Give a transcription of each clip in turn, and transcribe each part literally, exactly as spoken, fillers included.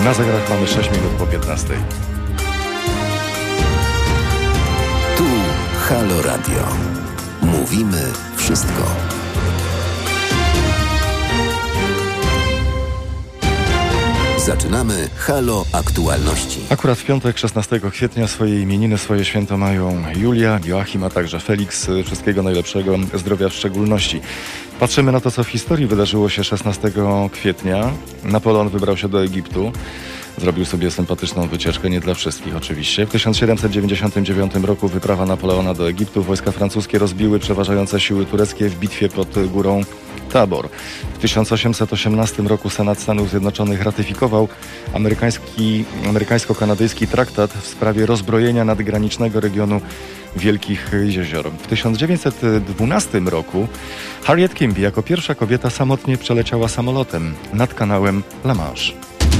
Na zegarach mamy sześć minut po piętnastej. Tu Halo Radio. Mówimy wszystko. Zaczynamy Halo Aktualności. Akurat w piątek, szesnastego kwietnia, swoje imieniny, swoje święto mają Julia, Joachim, a także Felix. Wszystkiego najlepszego, zdrowia w szczególności. Patrzymy na to, co w historii wydarzyło się szesnastego kwietnia. Napoleon wybrał się do Egiptu. Zrobił sobie sympatyczną wycieczkę, nie dla wszystkich oczywiście. W tysiąc siedemset dziewięćdziesiątym dziewiątym roku wyprawa Napoleona do Egiptu. Wojska francuskie rozbiły przeważające siły tureckie w bitwie pod górą Tabor. W tysiąc osiemset osiemnastym roku Senat Stanów Zjednoczonych ratyfikował amerykański, amerykańsko-kanadyjski traktat w sprawie rozbrojenia nadgranicznego regionu Wielkich Jezior. W tysiąc dziewięćset dwunastym roku Harriet Quimby jako pierwsza kobieta samotnie przeleciała samolotem nad kanałem La Manche.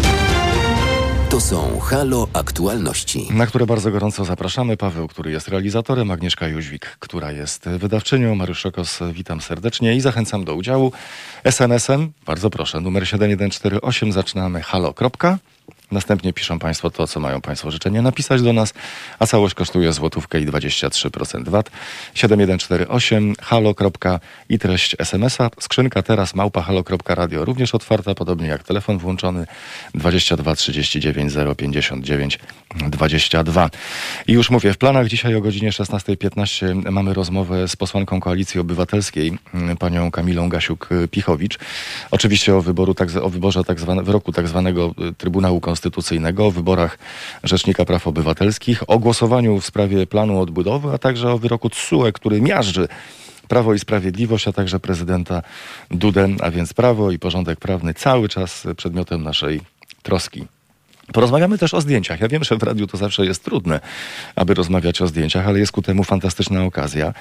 To są Halo Aktualności, na które bardzo gorąco zapraszamy. Paweł, który jest realizatorem, Agnieszka Jóźwik, która jest wydawczynią, Mariusz Szokos, witam serdecznie i zachęcam do udziału es em esem. Bardzo proszę, numer siedem jeden cztery osiem, zaczynamy halo. Następnie piszą Państwo to, co mają Państwo życzenie napisać do nas, a całość kosztuje złotówkę i dwadzieścia trzy procent V A T. siedem jeden cztery osiem, halo. I treść es em esa. Skrzynka teraz małpa halo.radio, również otwarta, podobnie jak telefon włączony dwadzieścia dwa trzydzieści dziewięć zero pięćdziesiąt dziewięć dwadzieścia dwa. I już mówię, w planach dzisiaj o godzinie szesnasta piętnaście mamy rozmowę z posłanką Koalicji Obywatelskiej, panią Kamilą Gasiuk-Pichowicz. Oczywiście o, wyboru, tak, o wyborze tak zwane, wyroku tak zwanego Trybunału Konstytucyjnego, Konstytucyjnego, o wyborach Rzecznika Praw Obywatelskich, o głosowaniu w sprawie planu odbudowy, a także o wyroku T S U E, który miażdży Prawo i Sprawiedliwość, a także prezydenta Dudę, a więc prawo i porządek prawny cały czas przedmiotem naszej troski. Porozmawiamy też o zdjęciach. Ja wiem, że w radiu to zawsze jest trudne, aby rozmawiać o zdjęciach, ale jest ku temu fantastyczna okazja.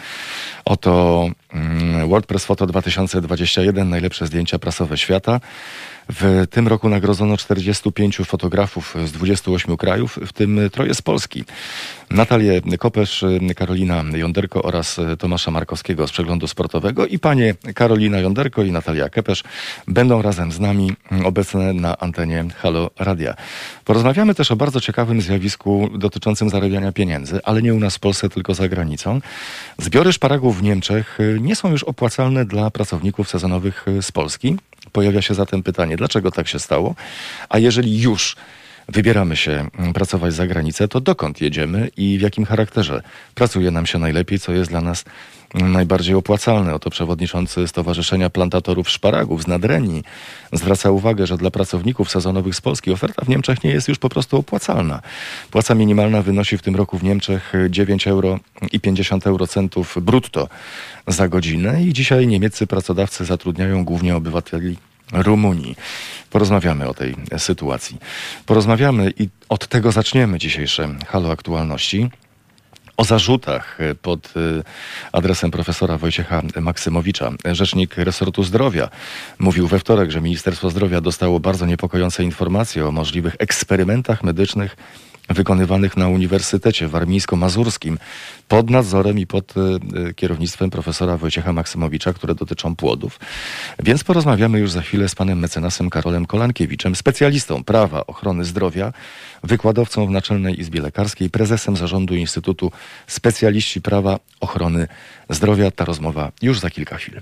Oto mm, World Press Photo dwa tysiące dwadzieścia jeden, najlepsze zdjęcia prasowe świata. W tym roku nagrodzono czterdziestu pięciu fotografów z dwudziestu ośmiu krajów, w tym troje z Polski. Natalię Kopesz, Karolina Jonderko oraz Tomasza Markowskiego z Przeglądu Sportowego i panie Karolina Jonderko i Natalia Kepesz będą razem z nami obecne na antenie Halo Radia. Porozmawiamy też o bardzo ciekawym zjawisku dotyczącym zarabiania pieniędzy, ale nie u nas w Polsce, tylko za granicą. Zbiory szparagów w Niemczech nie są już opłacalne dla pracowników sezonowych z Polski. Pojawia się zatem pytanie, dlaczego tak się stało? A jeżeli już wybieramy się pracować za granicę, to dokąd jedziemy i w jakim charakterze pracuje nam się najlepiej, co jest dla nas najbardziej opłacalne? Oto przewodniczący Stowarzyszenia Plantatorów Szparagów z Nadrenii zwraca uwagę, że dla pracowników sezonowych z Polski oferta w Niemczech nie jest już po prostu opłacalna. Płaca minimalna wynosi w tym roku w Niemczech dziewięć euro i pięćdziesiąt eurocentów brutto za godzinę i dzisiaj niemieccy pracodawcy zatrudniają głównie obywateli Rumunii. Porozmawiamy o tej sytuacji. Porozmawiamy i od tego zaczniemy dzisiejsze Halo Aktualności. O zarzutach pod adresem profesora Wojciecha Maksymowicza. Rzecznik resortu zdrowia mówił we wtorek, że Ministerstwo Zdrowia dostało bardzo niepokojące informacje o możliwych eksperymentach medycznych wykonywanych na Uniwersytecie Warmińsko-Mazurskim pod nadzorem i pod y, kierownictwem profesora Wojciecha Maksymowicza, które dotyczą płodów. Więc porozmawiamy już za chwilę z panem mecenasem Karolem Kolankiewiczem, specjalistą prawa ochrony zdrowia, wykładowcą w Naczelnej Izbie Lekarskiej, prezesem zarządu Instytutu Specjaliści Prawa Ochrony Zdrowia. Ta rozmowa już za kilka chwil.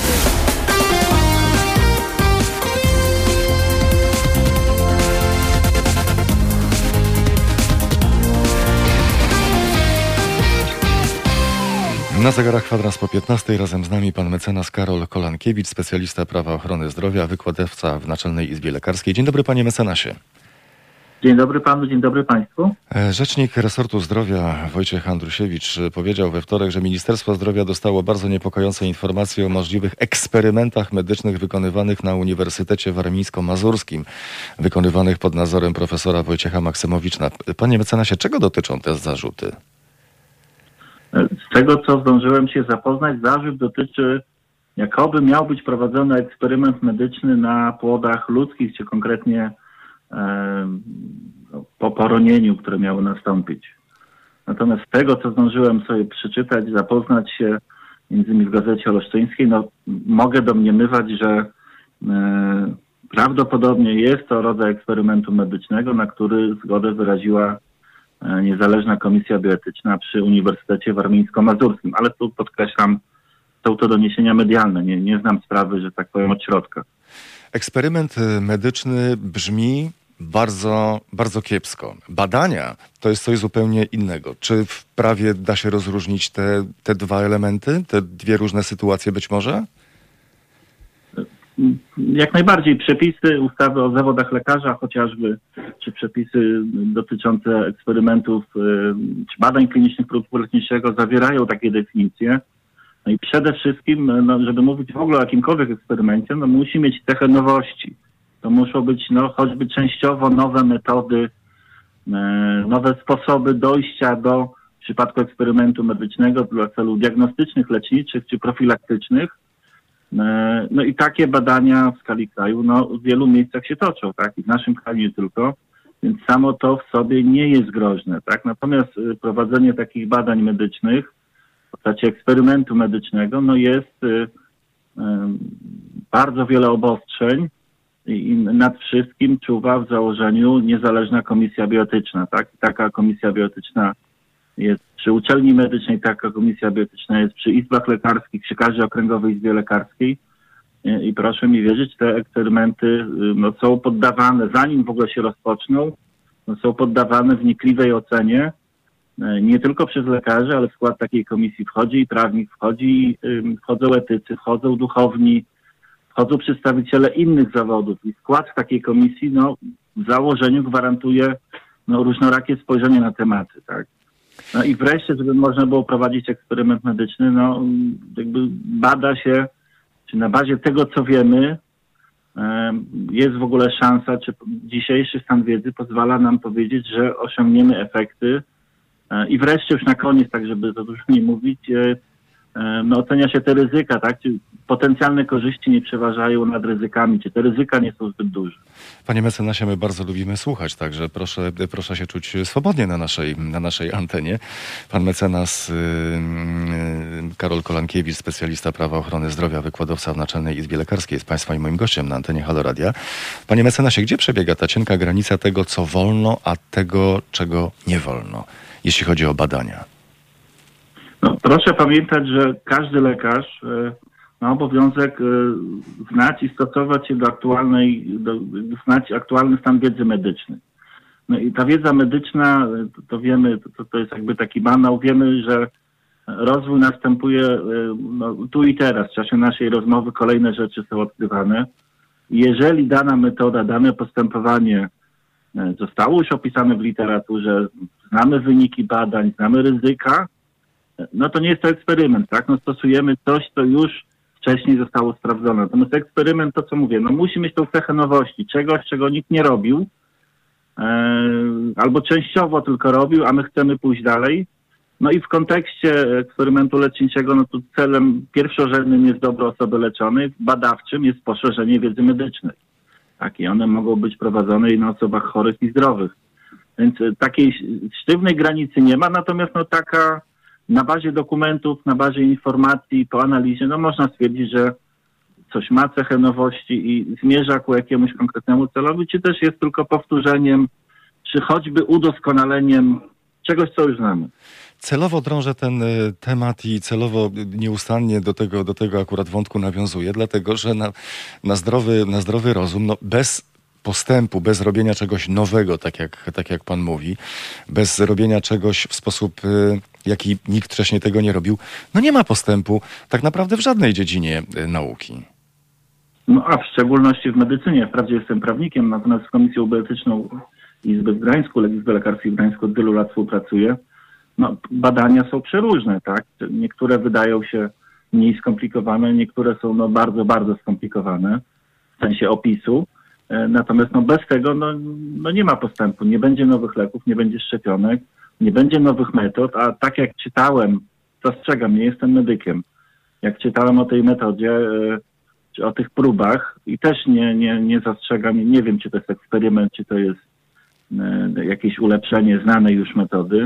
Na zegarach kwadrans po piętnastej, razem z nami pan mecenas Karol Kolankiewicz, specjalista prawa ochrony zdrowia, wykładowca w Naczelnej Izbie Lekarskiej. Dzień dobry, panie mecenasie. Dzień dobry panu, dzień dobry państwu. Rzecznik resortu zdrowia Wojciech Andrusiewicz powiedział we wtorek, że Ministerstwo Zdrowia dostało bardzo niepokojące informacje o możliwych eksperymentach medycznych wykonywanych na Uniwersytecie Warmińsko-Mazurskim, wykonywanych pod nadzorem profesora Wojciecha Maksymowicza. Panie mecenasie, czego dotyczą te zarzuty? Z tego, co zdążyłem się zapoznać, zarzut dotyczy, jakoby miał być prowadzony eksperyment medyczny na płodach ludzkich, czy konkretnie e, po poronieniu, które miało nastąpić. Natomiast z tego, co zdążyłem sobie przeczytać, zapoznać się, między innymi w Gazecie Olsztyńskiej, no mogę domniemywać, że e, prawdopodobnie jest to rodzaj eksperymentu medycznego, na który zgodę wyraziła niezależna komisja bioetyczna przy Uniwersytecie Warmińsko-Mazurskim. Ale tu podkreślam, są to doniesienia medialne. Nie, nie znam sprawy, że tak powiem, od środka. Eksperyment medyczny brzmi bardzo, bardzo kiepsko. Badania to jest coś zupełnie innego. Czy w prawie da się rozróżnić te, te dwa elementy, te dwie różne sytuacje być może? Jak najbardziej. Przepisy ustawy o zawodach lekarza chociażby, czy przepisy dotyczące eksperymentów, czy badań klinicznych produktu leczniczego zawierają takie definicje. No i przede wszystkim, no, żeby mówić w ogóle o jakimkolwiek eksperymencie, no musi mieć cechę nowości. To muszą być no, choćby częściowo nowe metody, e, nowe sposoby dojścia do, w przypadku eksperymentu medycznego dla celów diagnostycznych, leczniczych czy profilaktycznych. E, no i takie badania w skali kraju no, w wielu miejscach się toczą, tak? I w naszym kraju nie tylko. Więc samo to w sobie nie jest groźne, tak? Natomiast prowadzenie takich badań medycznych w postaci eksperymentu medycznego no jest y, y, bardzo wiele obostrzeń i nad wszystkim czuwa w założeniu niezależna komisja bioetyczna, tak? Taka komisja bioetyczna jest przy uczelni medycznej, taka komisja bioetyczna jest przy izbach lekarskich, przy każdej okręgowej izbie lekarskiej i, i proszę mi wierzyć, te eksperymenty y, no, są poddawane, zanim w ogóle się rozpoczną, no, są poddawane wnikliwej ocenie, nie tylko przez lekarzy, ale w skład takiej komisji wchodzi i prawnik, wchodzi, wchodzą etycy, wchodzą duchowni, wchodzą przedstawiciele innych zawodów i skład takiej komisji no, w założeniu gwarantuje no, różnorakie spojrzenie na tematy, tak. No i wreszcie, żeby można było prowadzić eksperyment medyczny, no jakby bada się, czy na bazie tego, co wiemy, jest w ogóle szansa, czy dzisiejszy stan wiedzy pozwala nam powiedzieć, że osiągniemy efekty. I wreszcie już na koniec, tak żeby za dużo nie mówić, no ocenia się te ryzyka, tak? Czy potencjalne korzyści nie przeważają nad ryzykami, czy te ryzyka nie są zbyt duże. Panie mecenasie, my bardzo lubimy słuchać, także proszę, proszę się czuć swobodnie na naszej, na naszej antenie. Pan mecenas yy, Karol Kolankiewicz, specjalista prawa ochrony zdrowia, wykładowca w Naczelnej Izbie Lekarskiej, jest Państwa i moim gościem na antenie Halo Radia. Panie mecenasie, gdzie przebiega ta cienka granica tego, co wolno, a tego, czego nie wolno, jeśli chodzi o badania? No, proszę pamiętać, że każdy lekarz y, ma obowiązek y, znać i stosować się do aktualnej, do, znać aktualny stan wiedzy medycznej. No i ta wiedza medyczna, to, to wiemy, to, to jest jakby taki banał, wiemy, że rozwój następuje y, no, tu i teraz, w czasie naszej rozmowy kolejne rzeczy są odkrywane. Jeżeli dana metoda, dane postępowanie y, zostało już opisane w literaturze, znamy wyniki badań, znamy ryzyka, no to nie jest to eksperyment, tak? No stosujemy coś, co już wcześniej zostało sprawdzone. Natomiast eksperyment, to co mówię, no musi mieć tą cechę nowości, czegoś, czego nikt nie robił, e, albo częściowo tylko robił, a my chcemy pójść dalej. No i w kontekście eksperymentu leczniczego, no to celem pierwszorzędnym jest dobro osoby leczonej, badawczym jest poszerzenie wiedzy medycznej. Tak, i one mogą być prowadzone i na osobach chorych i zdrowych. Więc takiej sztywnej granicy nie ma, natomiast no taka na bazie dokumentów, na bazie informacji, po analizie, no można stwierdzić, że coś ma cechę nowości i zmierza ku jakiemuś konkretnemu celowi, czy też jest tylko powtórzeniem, czy choćby udoskonaleniem czegoś, co już znamy. Celowo drążę ten y, temat i celowo nieustannie do tego, do tego akurat wątku nawiązuję, dlatego że na, na, zdrowy, na zdrowy rozum, no bez postępu, bez robienia czegoś nowego, tak jak, tak jak pan mówi, bez robienia czegoś w sposób, y, jaki nikt wcześniej tego nie robił, no nie ma postępu tak naprawdę w żadnej dziedzinie y, nauki. No a w szczególności w medycynie. Wprawdzie jestem prawnikiem, natomiast z Komisją Bioetyczną Izby w Gdańsku, Izby Lekarskiej w Gdańsku od wielu lat współpracuję. No, badania są przeróżne, tak? Niektóre wydają się mniej skomplikowane, niektóre są no, bardzo, bardzo skomplikowane w sensie opisu. Natomiast no, bez tego no, no, nie ma postępu. Nie będzie nowych leków, nie będzie szczepionek, nie będzie nowych metod, a tak jak czytałem, zastrzegam, nie jestem medykiem, jak czytałem o tej metodzie, czy o tych próbach i też nie, nie, nie zastrzegam, nie wiem, czy to jest eksperyment, czy to jest jakieś ulepszenie znanej już metody.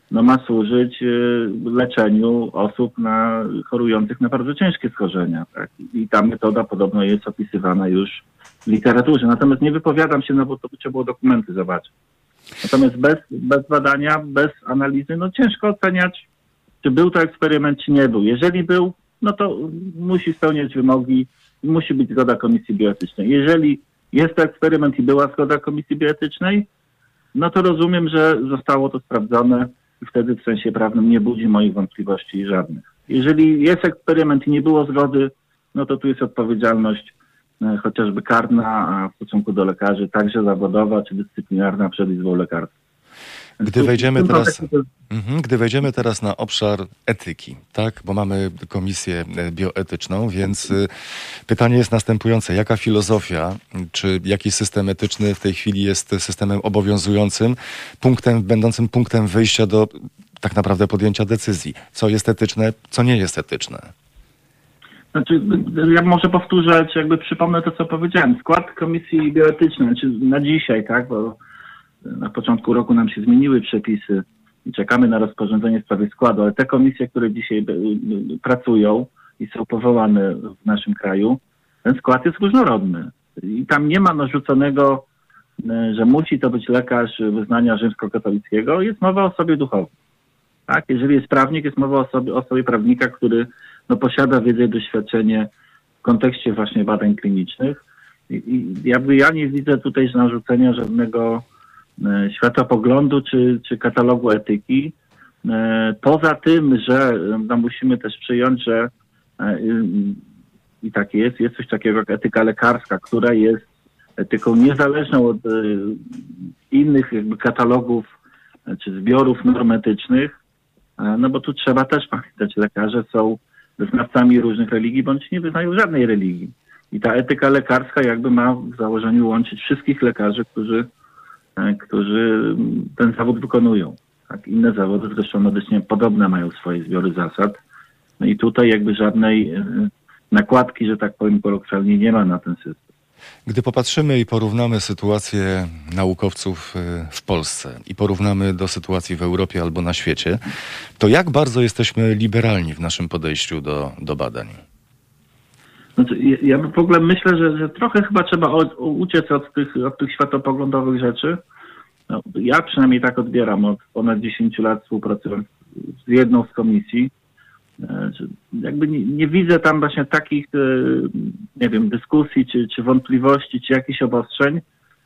no ma służyć y, leczeniu osób na, chorujących na bardzo ciężkie schorzenia. Tak? I ta metoda podobno jest opisywana już w literaturze. Natomiast nie wypowiadam się, no bo to by trzeba było dokumenty zobaczyć. Natomiast bez, bez badania, bez analizy, no ciężko oceniać, czy był to eksperyment, czy nie był. Jeżeli był, no to musi spełniać wymogi, musi być zgoda Komisji Bioetycznej. Jeżeli jest to eksperyment i była zgoda Komisji Bioetycznej, no to rozumiem, że zostało to sprawdzone i wtedy w sensie prawnym nie budzi moich wątpliwości żadnych. Jeżeli jest eksperyment i nie było zgody, no to tu jest odpowiedzialność e, chociażby karna, a w stosunku do lekarzy także zawodowa czy dyscyplinarna przed Izbą Lekarską. Gdy wejdziemy teraz, mhm, gdy wejdziemy teraz na obszar etyki, tak, bo mamy komisję bioetyczną, więc y, pytanie jest następujące. Jaka filozofia, czy jakiś system etyczny w tej chwili jest systemem obowiązującym, punktem, będącym punktem wyjścia do tak naprawdę podjęcia decyzji? Co jest etyczne, co nie jest etyczne? Znaczy, ja może powtórzę, czy jakby przypomnę to, co powiedziałem. Skład Komisji Bioetycznej, znaczy na dzisiaj, tak, bo na początku roku nam się zmieniły przepisy i czekamy na rozporządzenie w sprawie składu, ale te komisje, które dzisiaj pracują i są powołane w naszym kraju, ten skład jest różnorodny. I tam nie ma narzuconego, że musi to być lekarz wyznania rzymskokatolickiego. Jest mowa o osobie duchowej. Tak? Jeżeli jest prawnik, jest mowa o osobie, o osobie prawnika, który no, posiada wiedzę i doświadczenie w kontekście właśnie badań klinicznych. I, i jakby ja nie widzę tutaj narzucenia żadnego światopoglądu czy, czy katalogu etyki. Poza tym, że no, musimy też przyjąć, że i tak jest, jest coś takiego jak etyka lekarska, która jest etyką niezależną od innych jakby katalogów czy zbiorów norm etycznych, no bo tu trzeba też pamiętać, lekarze są wyznawcami różnych religii, bądź nie wyznają żadnej religii. I ta etyka lekarska jakby ma w założeniu łączyć wszystkich lekarzy, którzy którzy ten zawód wykonują. Tak? Inne zawody, zresztą medycznie podobne, mają swoje zbiory zasad. No i tutaj jakby żadnej nakładki, że tak powiem kolokwialnie, nie ma na ten system. Gdy popatrzymy i porównamy sytuację naukowców w Polsce i porównamy do sytuacji w Europie albo na świecie, to jak bardzo jesteśmy liberalni w naszym podejściu do, do badań? Znaczy, ja w ogóle myślę, że, że trochę chyba trzeba od, uciec od tych, od tych światopoglądowych rzeczy. No, ja przynajmniej tak odbieram. Od ponad dziesięciu lat współpracując z jedną z komisji. Jakby nie, nie widzę tam właśnie takich, nie wiem, dyskusji, czy, czy wątpliwości, czy jakichś obostrzeń.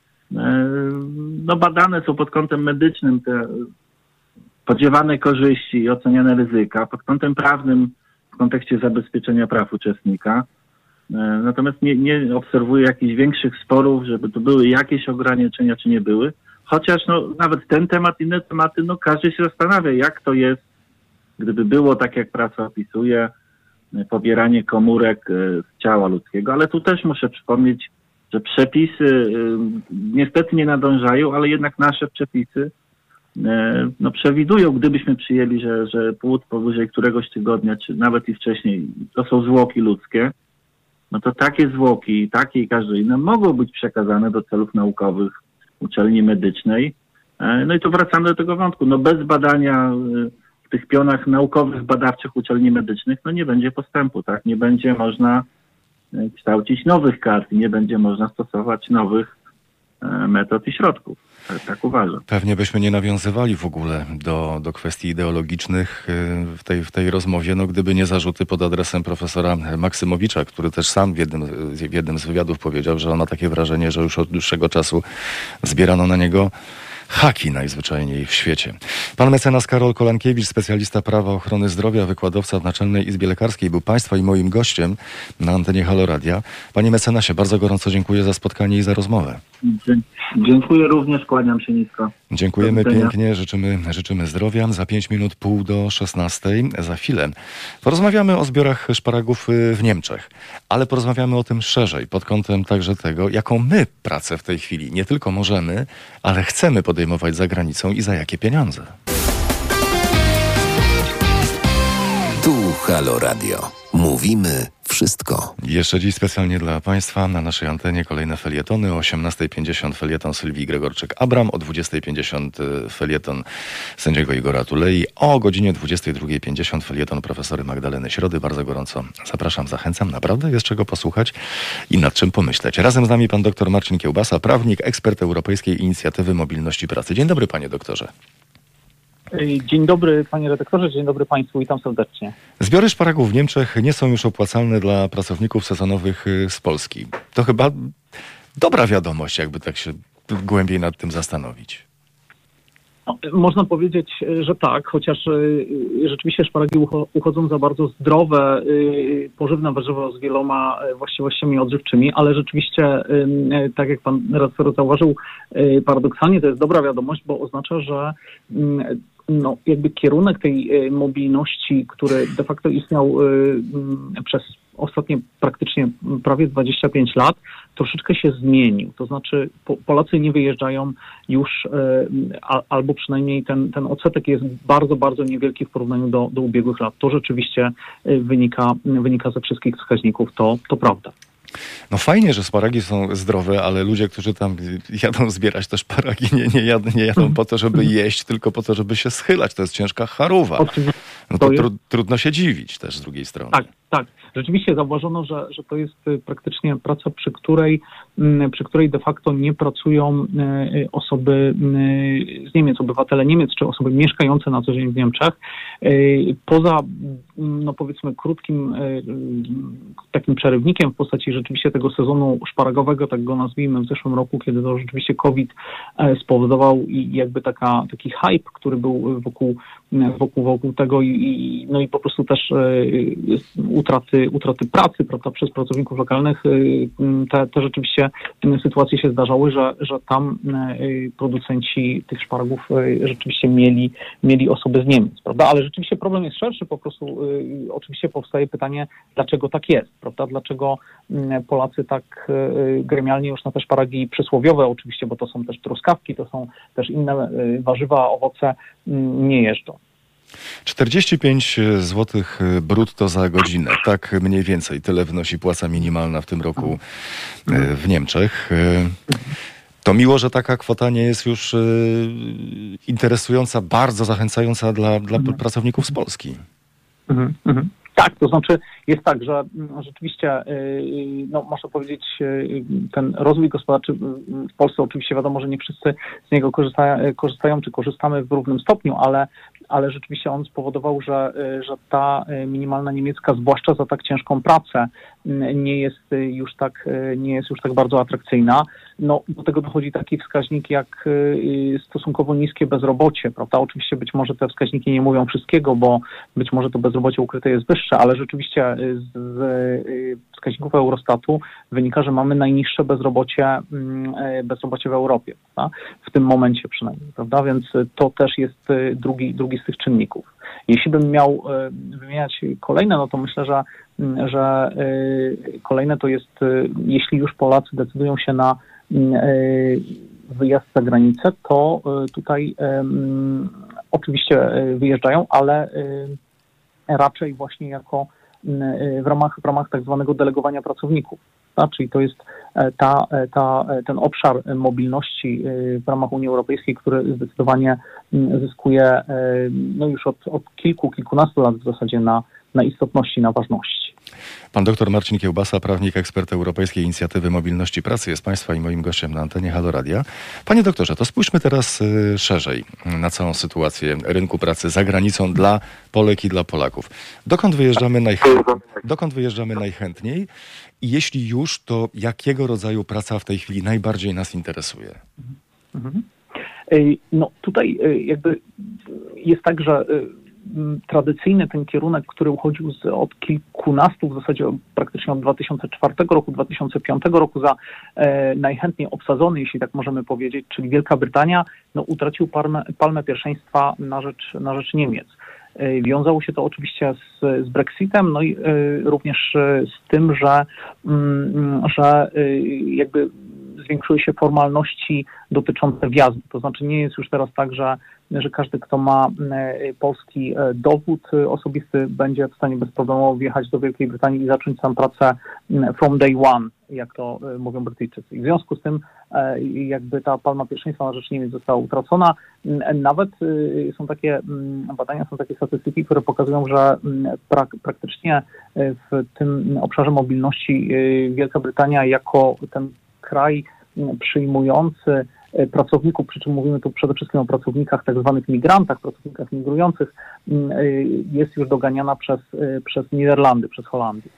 No badane są pod kątem medycznym te spodziewane korzyści i oceniane ryzyka, pod kątem prawnym w kontekście zabezpieczenia praw uczestnika. Natomiast nie, nie obserwuję jakichś większych sporów, żeby to były jakieś ograniczenia, czy nie były. Chociaż no, nawet ten temat, inne tematy, no każdy się zastanawia, jak to jest, gdyby było tak, jak praca opisuje, pobieranie komórek z ciała ludzkiego. Ale tu też muszę przypomnieć, że przepisy niestety nie nadążają, ale jednak nasze przepisy no, przewidują, gdybyśmy przyjęli, że, że płód powyżej któregoś tygodnia, czy nawet i wcześniej, to są zwłoki ludzkie, no to takie zwłoki, takie i każde inne mogą być przekazane do celów naukowych uczelni medycznej. No i tu wracamy do tego wątku. No bez badania w tych pionach naukowych, badawczych uczelni medycznych, no nie będzie postępu, tak? Nie będzie można kształcić nowych kart, nie będzie można stosować nowych metod i środków. Tak, tak uważam. Pewnie byśmy nie nawiązywali w ogóle do, do kwestii ideologicznych w tej, w tej rozmowie, no gdyby nie zarzuty pod adresem profesora Maksymowicza, który też sam w jednym, w jednym z wywiadów powiedział, że on ma takie wrażenie, że już od dłuższego czasu zbierano na niego haki najzwyczajniej w świecie. Pan mecenas Karol Kolankiewicz, specjalista prawa ochrony zdrowia, wykładowca w Naczelnej Izbie Lekarskiej, był Państwa i moim gościem na antenie Halo Radia. Panie mecenasie, bardzo gorąco dziękuję za spotkanie i za rozmowę. Dziękuję również, kłaniam się nisko. Dziękujemy pięknie, życzymy, życzymy zdrowia. Za pięć minut pół do szesnastej, za chwilę porozmawiamy o zbiorach szparagów w Niemczech, ale porozmawiamy o tym szerzej, pod kątem także tego, jaką my pracę w tej chwili nie tylko możemy, ale chcemy podejmować za granicą i za jakie pieniądze. Tu Halo Radio. Mówimy wszystko. Jeszcze dziś specjalnie dla Państwa na naszej antenie kolejne felietony. O osiemnastej pięćdziesiąt felieton Sylwii Gregorczyk-Abram, o dwudziestej pięćdziesiąt felieton sędziego Igora Tulei, o godzinie dwudziestej drugiej pięćdziesiąt felieton profesory Magdaleny Środy. Bardzo gorąco zapraszam, zachęcam. Naprawdę jest czego posłuchać i nad czym pomyśleć. Razem z nami pan dr Marcin Kiełbasa, prawnik, ekspert Europejskiej Inicjatywy Mobilności Pracy. Dzień dobry, panie doktorze. Dzień dobry panie redaktorze, dzień dobry państwu, witam serdecznie. Zbiory szparagów w Niemczech nie są już opłacalne dla pracowników sezonowych z Polski. To chyba dobra wiadomość, jakby tak się głębiej nad tym zastanowić. No, można powiedzieć, że tak, chociaż y, rzeczywiście szparagi ucho, uchodzą za bardzo zdrowe, y, pożywne warzywo z wieloma właściwościami odżywczymi, ale rzeczywiście, y, tak jak pan redaktor zauważył, y, paradoksalnie to jest dobra wiadomość, bo oznacza, że y, no, jakby kierunek tej y, mobilności, który de facto istniał y, y, przez ostatnie praktycznie prawie dwadzieścia pięć lat, troszeczkę się zmienił. To znaczy po, Polacy nie wyjeżdżają już, y, a, albo przynajmniej ten, ten odsetek jest bardzo, bardzo niewielki w porównaniu do, do ubiegłych lat. To rzeczywiście y, wynika, wynika ze wszystkich wskaźników, to, to prawda. No fajnie, że szparagi są zdrowe, ale ludzie, którzy tam jadą zbierać te szparagi, nie, nie, jadą, nie jadą po to, żeby jeść, tylko po to, żeby się schylać. To jest ciężka charówa. No to tru, trudno się dziwić też z drugiej strony. Tak, tak. Rzeczywiście zauważono, że, że to jest praktycznie praca, przy której, przy której de facto nie pracują osoby z Niemiec, obywatele Niemiec, czy osoby mieszkające na co dzień w Niemczech. Poza, no powiedzmy, krótkim takim przerywnikiem w postaci rzeczywiście tego sezonu szparagowego, tak go nazwijmy, w zeszłym roku, kiedy to rzeczywiście COVID spowodował i jakby taka, taki hype, który był wokół, wokół, wokół tego i, i, no i po prostu też utraty utraty pracy, prawda, przez pracowników lokalnych, te, te rzeczywiście sytuacje się zdarzały, że, że tam producenci tych szparagów rzeczywiście mieli, mieli osoby z Niemiec, prawda, ale rzeczywiście problem jest szerszy, po prostu oczywiście powstaje pytanie, dlaczego tak jest, prawda, dlaczego Polacy tak gremialnie już na te szparagi przysłowiowe oczywiście, bo to są też truskawki, to są też inne warzywa, owoce, nie jeżdżą. czterdzieści pięć złotych brutto za godzinę. Tak mniej więcej. Tyle wynosi płaca minimalna w tym roku w Niemczech. To miło, że taka kwota nie jest już interesująca, bardzo zachęcająca dla, dla pracowników z Polski. Mhm, mhm. Tak, to znaczy jest tak, że rzeczywiście, no można powiedzieć, ten rozwój gospodarczy w Polsce, oczywiście wiadomo, że nie wszyscy z niego korzysta, korzystają, czy korzystamy w równym stopniu, ale, ale rzeczywiście on spowodował, że, że ta minimalna niemiecka, zwłaszcza za tak ciężką pracę, nie jest już tak, nie jest już tak bardzo atrakcyjna. No, do tego dochodzi taki wskaźnik jak stosunkowo niskie bezrobocie, prawda? Oczywiście być może te wskaźniki nie mówią wszystkiego, bo być może to bezrobocie ukryte jest wyższe, ale rzeczywiście z, z wskaźników Eurostatu wynika, że mamy najniższe bezrobocie, bezrobocie w Europie, prawda? W tym momencie przynajmniej, prawda? Więc to też jest drugi, drugi z tych czynników. Jeśli bym miał wymieniać kolejne, no to myślę, że, że kolejne to jest, jeśli już Polacy decydują się na wyjazd za granicę, to tutaj oczywiście wyjeżdżają, ale raczej właśnie jako w ramach, w ramach tak zwanego delegowania pracowników. Tak? Czyli to jest ta, ta, ten obszar mobilności w ramach Unii Europejskiej, który zdecydowanie zyskuje no już od, od kilku, kilkunastu lat w zasadzie na, na istotności, na ważności. Pan dr Marcin Kiełbasa, prawnik, ekspert Europejskiej Inicjatywy Mobilności Pracy, jest Państwa i moim gościem na antenie Halo Radia. Panie doktorze, to spójrzmy teraz y, szerzej na całą sytuację rynku pracy za granicą dla Polek i dla Polaków. Dokąd wyjeżdżamy, najchę- dokąd wyjeżdżamy najchętniej? I jeśli już, to jakiego rodzaju praca w tej chwili najbardziej nas interesuje? Mhm. No tutaj jakby jest tak, że tradycyjny ten kierunek, który uchodził z, od kilkunastu, w zasadzie praktycznie od dwa tysiące czwartego roku, dwa tysiące piątego roku za e, najchętniej obsadzony, jeśli tak możemy powiedzieć, czyli Wielka Brytania, no, utracił palmę, palmę pierwszeństwa na rzecz, na rzecz Niemiec. E, wiązało się to oczywiście z, z Brexitem, no i e, również z tym, że, m, że e, jakby zwiększyły się formalności dotyczące wjazdu. To znaczy nie jest już teraz tak, że, że każdy, kto ma polski dowód osobisty, będzie w stanie bezproblemowo wjechać do Wielkiej Brytanii i zacząć tam pracę from day one, jak to mówią Brytyjczycy. I w związku z tym jakby ta palma pierwszeństwa na rzecz Niemiec została utracona. Nawet są takie badania, są takie statystyki, które pokazują, że prak- praktycznie w tym obszarze mobilności Wielka Brytania jako ten kraj przyjmujący pracowników, przy czym mówimy tu przede wszystkim o pracownikach, tak zwanych migrantach, pracownikach migrujących, jest już doganiana przez, przez Niderlandy, przez Holandię.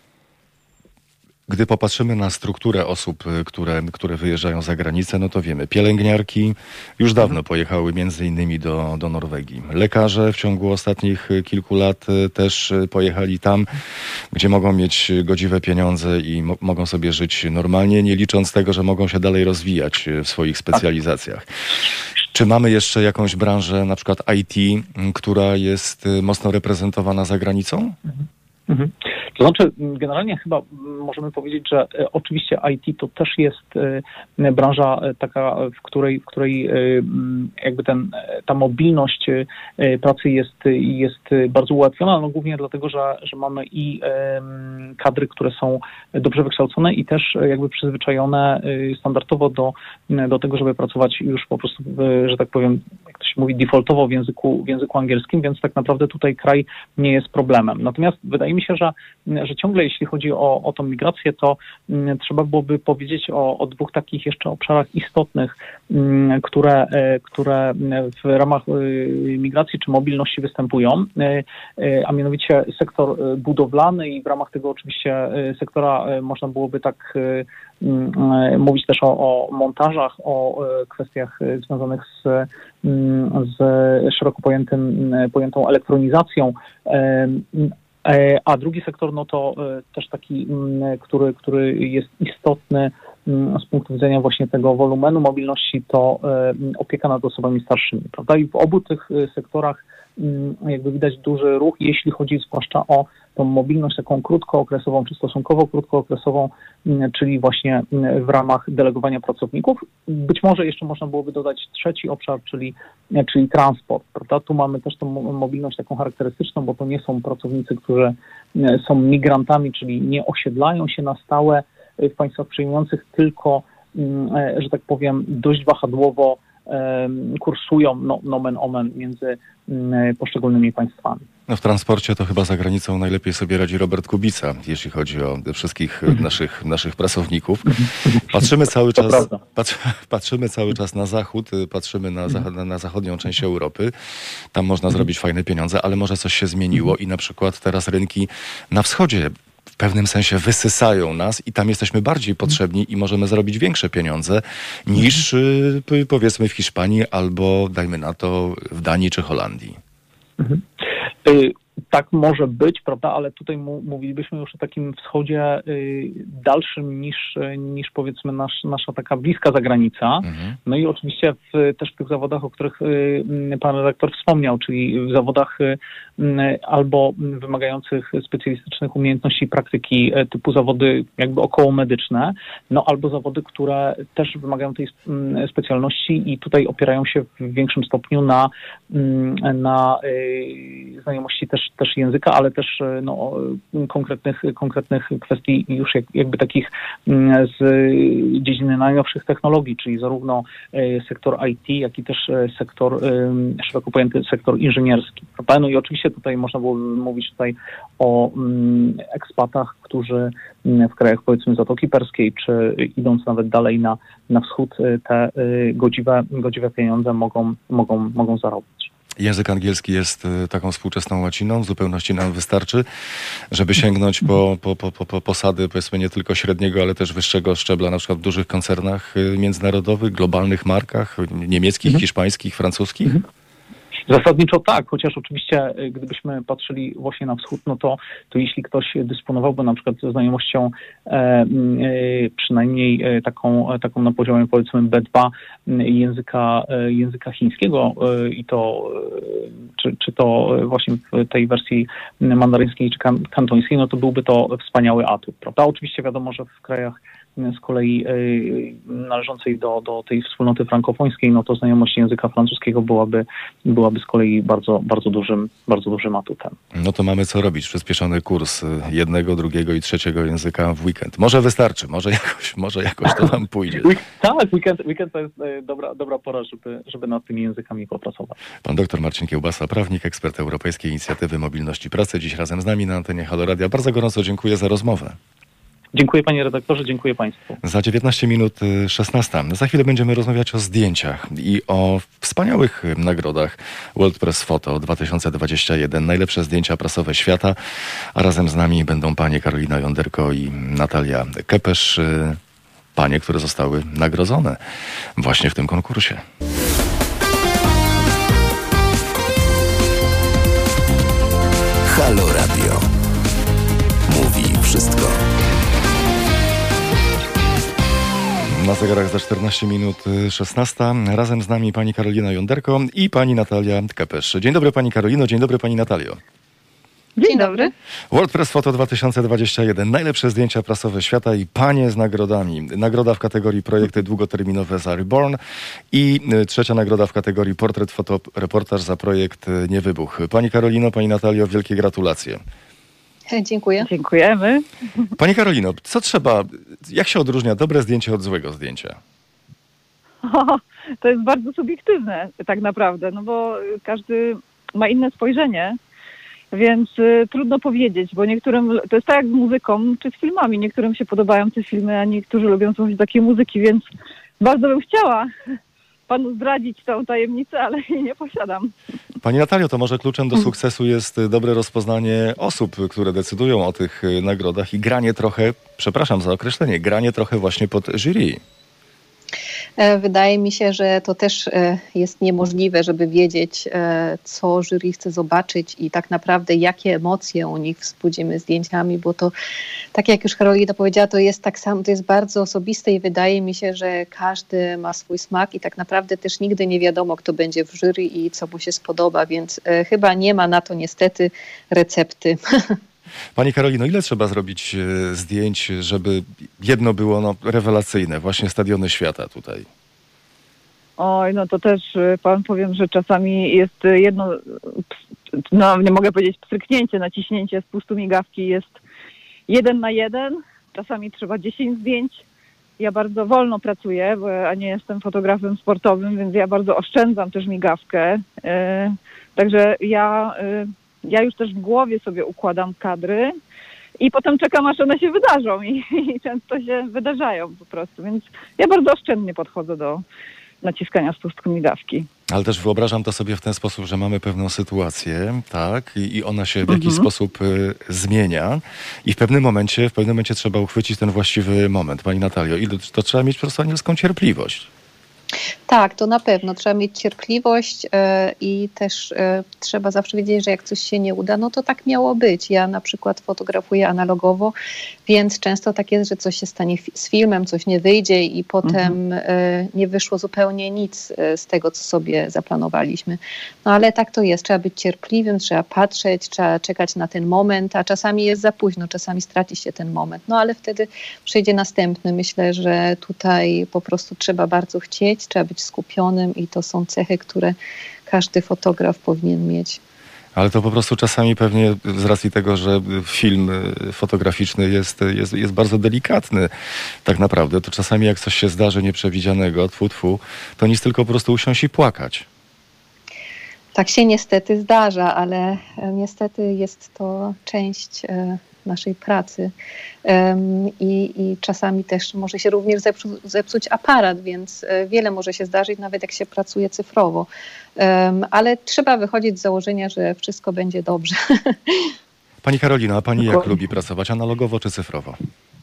Gdy popatrzymy na strukturę osób, które, które wyjeżdżają za granicę, no to wiemy, pielęgniarki już dawno pojechały między innymi do, do Norwegii. Lekarze w ciągu ostatnich kilku lat też pojechali tam, gdzie mogą mieć godziwe pieniądze i mo- mogą sobie żyć normalnie, nie licząc tego, że mogą się dalej rozwijać w swoich specjalizacjach. Czy mamy jeszcze jakąś branżę, na przykład I T, która jest mocno reprezentowana za granicą? Mhm. To znaczy, generalnie chyba możemy powiedzieć, że e, oczywiście I T to też jest e, branża e, taka, w której, w której e, jakby ten, ta mobilność e, pracy jest, jest bardzo ułatwiona, no głównie dlatego, że, że mamy i e, kadry, które są dobrze wykształcone i też jakby przyzwyczajone e, standardowo do, do tego, żeby pracować już po prostu, w, że tak powiem, jak to się mówi, defaultowo w języku, w języku angielskim, więc tak naprawdę tutaj kraj nie jest problemem. Natomiast wydaje mi się, że że ciągle jeśli chodzi o, o tą migrację, to m, trzeba byłoby powiedzieć o, o dwóch takich jeszcze obszarach istotnych, m, które, e, które w ramach e, migracji czy mobilności występują, e, e, a mianowicie sektor budowlany i w ramach tego oczywiście e, sektora e, można byłoby tak e, e, mówić też o, o montażach, o e, kwestiach e, związanych z, m, z szeroko pojętym, pojętą elektronizacją. E, A drugi sektor, no to też taki, który, który jest istotny z punktu widzenia właśnie tego wolumenu mobilności, to opieka nad osobami starszymi, prawda? I w obu tych sektorach jakby widać duży ruch, jeśli chodzi zwłaszcza o tą mobilność taką krótkookresową, czy stosunkowo krótkookresową, czyli właśnie w ramach delegowania pracowników. Być może jeszcze można byłoby dodać trzeci obszar, czyli, czyli transport, prawda? Tu mamy też tą mobilność taką charakterystyczną, bo to nie są pracownicy, którzy są migrantami, czyli nie osiedlają się na stałe w państwach przyjmujących, tylko, że tak powiem, dość wahadłowo kursują no, nomen omen między poszczególnymi państwami. No w transporcie to chyba za granicą najlepiej sobie radzi Robert Kubica, jeśli chodzi o wszystkich naszych, naszych pracowników. Patrzymy cały czas, patrz, patrzymy cały czas na zachód, patrzymy na, zach- na zachodnią część Europy. Tam można zrobić fajne pieniądze, ale może coś się zmieniło i na przykład teraz rynki na wschodzie w pewnym sensie wysysają nas i tam jesteśmy bardziej potrzebni i możemy zarobić większe pieniądze niż y, powiedzmy w Hiszpanii albo dajmy na to w Danii czy Holandii. Mhm. Y- Tak może być, prawda, ale tutaj mu, mówilibyśmy już o takim wschodzie y, dalszym niż, niż powiedzmy nasz, nasza taka bliska zagranica. Mhm. No i oczywiście w, też w tych zawodach, o których y, pan redaktor wspomniał, czyli w zawodach y, albo wymagających specjalistycznych umiejętności i praktyki y, typu zawody jakby okołomedyczne, no albo zawody, które też wymagają tej y, specjalności i tutaj opierają się w większym stopniu na, y, na y, znajomości też też języka, ale też no, konkretnych, konkretnych kwestii już jak, jakby takich z dziedziny najnowszych technologii, czyli zarówno sektor I T, jak i też sektor, szeroko pojęty sektor inżynierski. No i oczywiście tutaj można było mówić tutaj o ekspatach, którzy w krajach powiedzmy Zatoki Perskiej, czy idąc nawet dalej na, na wschód, te godziwe, godziwe pieniądze mogą, mogą, mogą zarobić. Język angielski jest taką współczesną łaciną, w zupełności nam wystarczy, żeby sięgnąć po, po, po, po posady, powiedzmy nie tylko średniego, ale też wyższego szczebla, na przykład w dużych koncernach międzynarodowych, globalnych markach, niemieckich, mhm. hiszpańskich, francuskich? Mhm. Zasadniczo tak, chociaż oczywiście gdybyśmy patrzyli właśnie na wschód, no to, to jeśli ktoś dysponowałby na przykład znajomością e, e, przynajmniej taką, taką na poziomie powiedzmy B dwa języka, języka chińskiego e, i to czy, czy to właśnie w tej wersji mandaryńskiej czy kan, kantońskiej, no to byłby to wspaniały atut, prawda? Oczywiście wiadomo, że w krajach z kolei należącej do, do tej wspólnoty frankofońskiej, no to znajomość języka francuskiego byłaby, byłaby z kolei bardzo, bardzo dużym, bardzo dużym atutem. No to mamy co robić. Przyspieszony kurs jednego, drugiego i trzeciego języka w weekend. Może wystarczy, może jakoś, może jakoś to nam pójdzie. Tak, weekend, weekend to jest dobra, dobra pora, żeby, żeby nad tymi językami popracować. Pan doktor Marcin Kiełbasa, prawnik, ekspert Europejskiej Inicjatywy Mobilności Pracy, dziś razem z nami na antenie Halo Radia. Bardzo gorąco dziękuję za rozmowę. Dziękuję panie redaktorze, dziękuję państwu. Za dziewiętnaście minut szesnasta. Za chwilę będziemy rozmawiać o zdjęciach i o wspaniałych nagrodach World Press Photo dwa tysiące dwudziesty pierwszy. Najlepsze zdjęcia prasowe świata. A razem z nami będą panie Karolina Jonderko i Natalia Kepesz. Panie, które zostały nagrodzone właśnie w tym konkursie. Halo Radio. Mówi wszystko. Na zegarach za czternaście minut szesnasta. Razem z nami pani Karolina Jonderko i pani Natalia Kepesz. Dzień dobry pani Karolino, dzień dobry pani Natalio. Dzień dobry. World Press Photo dwa tysiące dwudziesty pierwszy. Najlepsze zdjęcia prasowe świata i panie z nagrodami. Nagroda w kategorii projekty długoterminowe za Reborn i trzecia nagroda w kategorii portret fotoreportaż za projekt Niewybuch. Pani Karolino, pani Natalio, wielkie gratulacje. Dziękuję. Dziękujemy. Pani Karolino, co trzeba, jak się odróżnia dobre zdjęcie od złego zdjęcia? O, to jest bardzo subiektywne tak naprawdę, no bo każdy ma inne spojrzenie, więc y, trudno powiedzieć, bo niektórym, to jest tak jak z muzyką czy z filmami, niektórym się podobają te filmy, a niektórzy lubią słuchać takiej muzyki, więc bardzo bym chciała panu zdradzić tą tajemnicę, ale jej nie posiadam. Pani Natalio, to może kluczem do sukcesu jest dobre rozpoznanie osób, które decydują o tych nagrodach i granie trochę, przepraszam za określenie, granie trochę właśnie pod jury. Wydaje mi się, że to też jest niemożliwe, żeby wiedzieć, co jury chce zobaczyć i tak naprawdę jakie emocje u nich wzbudzimy zdjęciami, bo to, tak jak już Karolina powiedziała, to jest tak samo, to jest bardzo osobiste i wydaje mi się, że każdy ma swój smak i tak naprawdę też nigdy nie wiadomo, kto będzie w jury i co mu się spodoba, więc chyba nie ma na to niestety recepty. Pani Karolino, ile trzeba zrobić zdjęć, żeby jedno było no, rewelacyjne, właśnie stadiony świata tutaj? Oj, no to też pan powiem, że czasami jest jedno, no nie mogę powiedzieć pstryknięcie, naciśnięcie spustu migawki jest jeden na jeden, czasami trzeba dziesięć zdjęć. Ja bardzo wolno pracuję, bo a nie jestem fotografem sportowym, więc ja bardzo oszczędzam też migawkę. Yy, także ja... Yy, Ja już też w głowie sobie układam kadry i potem czekam, aż one się wydarzą i, i często się wydarzają po prostu, więc ja bardzo oszczędnie podchodzę do naciskania spustku migawki. Ale też wyobrażam to sobie w ten sposób, że mamy pewną sytuację, tak, i, i ona się w jakiś Mhm. sposób y, zmienia i w pewnym momencie, w pewnym momencie trzeba uchwycić ten właściwy moment. Pani Natalio, ile to trzeba mieć po prostu anielską cierpliwość. Tak, to na pewno. Trzeba mieć cierpliwość e, i też e, trzeba zawsze wiedzieć, że jak coś się nie uda, no to tak miało być. Ja na przykład fotografuję analogowo, więc często tak jest, że coś się stanie fi- z filmem, coś nie wyjdzie i potem e, nie wyszło zupełnie nic e, z tego, co sobie zaplanowaliśmy. No ale tak to jest. Trzeba być cierpliwym, trzeba patrzeć, trzeba czekać na ten moment, a czasami jest za późno, czasami straci się ten moment. No ale wtedy przyjdzie następny. Myślę, że tutaj po prostu trzeba bardzo chcieć, trzeba być skupionym i to są cechy, które każdy fotograf powinien mieć. Ale to po prostu czasami pewnie z racji tego, że film fotograficzny jest, jest, jest bardzo delikatny tak naprawdę, to czasami jak coś się zdarzy nieprzewidzianego, tfu, tfu, to nic tylko po prostu usiąść i płakać. Tak się niestety zdarza, ale e, niestety jest to część e, naszej pracy Em, i, i czasami też może się również zepsu, zepsuć aparat, więc e, wiele może się zdarzyć, nawet jak się pracuje cyfrowo. Em, ale trzeba wychodzić z założenia, że wszystko będzie dobrze. Pani Karolina, a pani jak Dokładnie. lubi pracować, analogowo czy cyfrowo?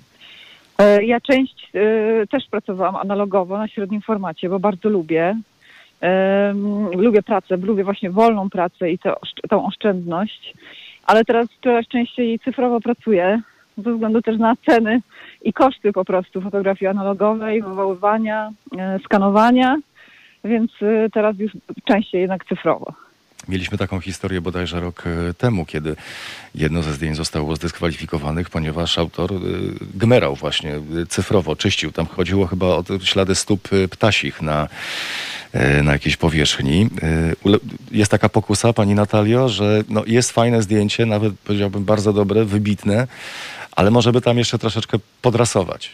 E, Ja część e, też pracowałam analogowo na średnim formacie, bo bardzo lubię. Em, lubię pracę, lubię właśnie wolną pracę i tę oszcz- tą oszczędność, ale teraz coraz częściej cyfrowo pracuję ze względu też na ceny i koszty po prostu fotografii analogowej, wywoływania, e, skanowania, więc e, teraz już częściej jednak cyfrowo. Mieliśmy taką historię bodajże rok e, temu, kiedy jedno ze zdjęć zostało zdyskwalifikowanych, ponieważ autor e, gmerał właśnie e, cyfrowo, czyścił. Tam chodziło chyba o te ślady stóp e, ptasich na, e, na jakiejś powierzchni. E, ule, jest taka pokusa, pani Natalio, że no, jest fajne zdjęcie, nawet powiedziałbym bardzo dobre, wybitne, ale może by tam jeszcze troszeczkę podrasować.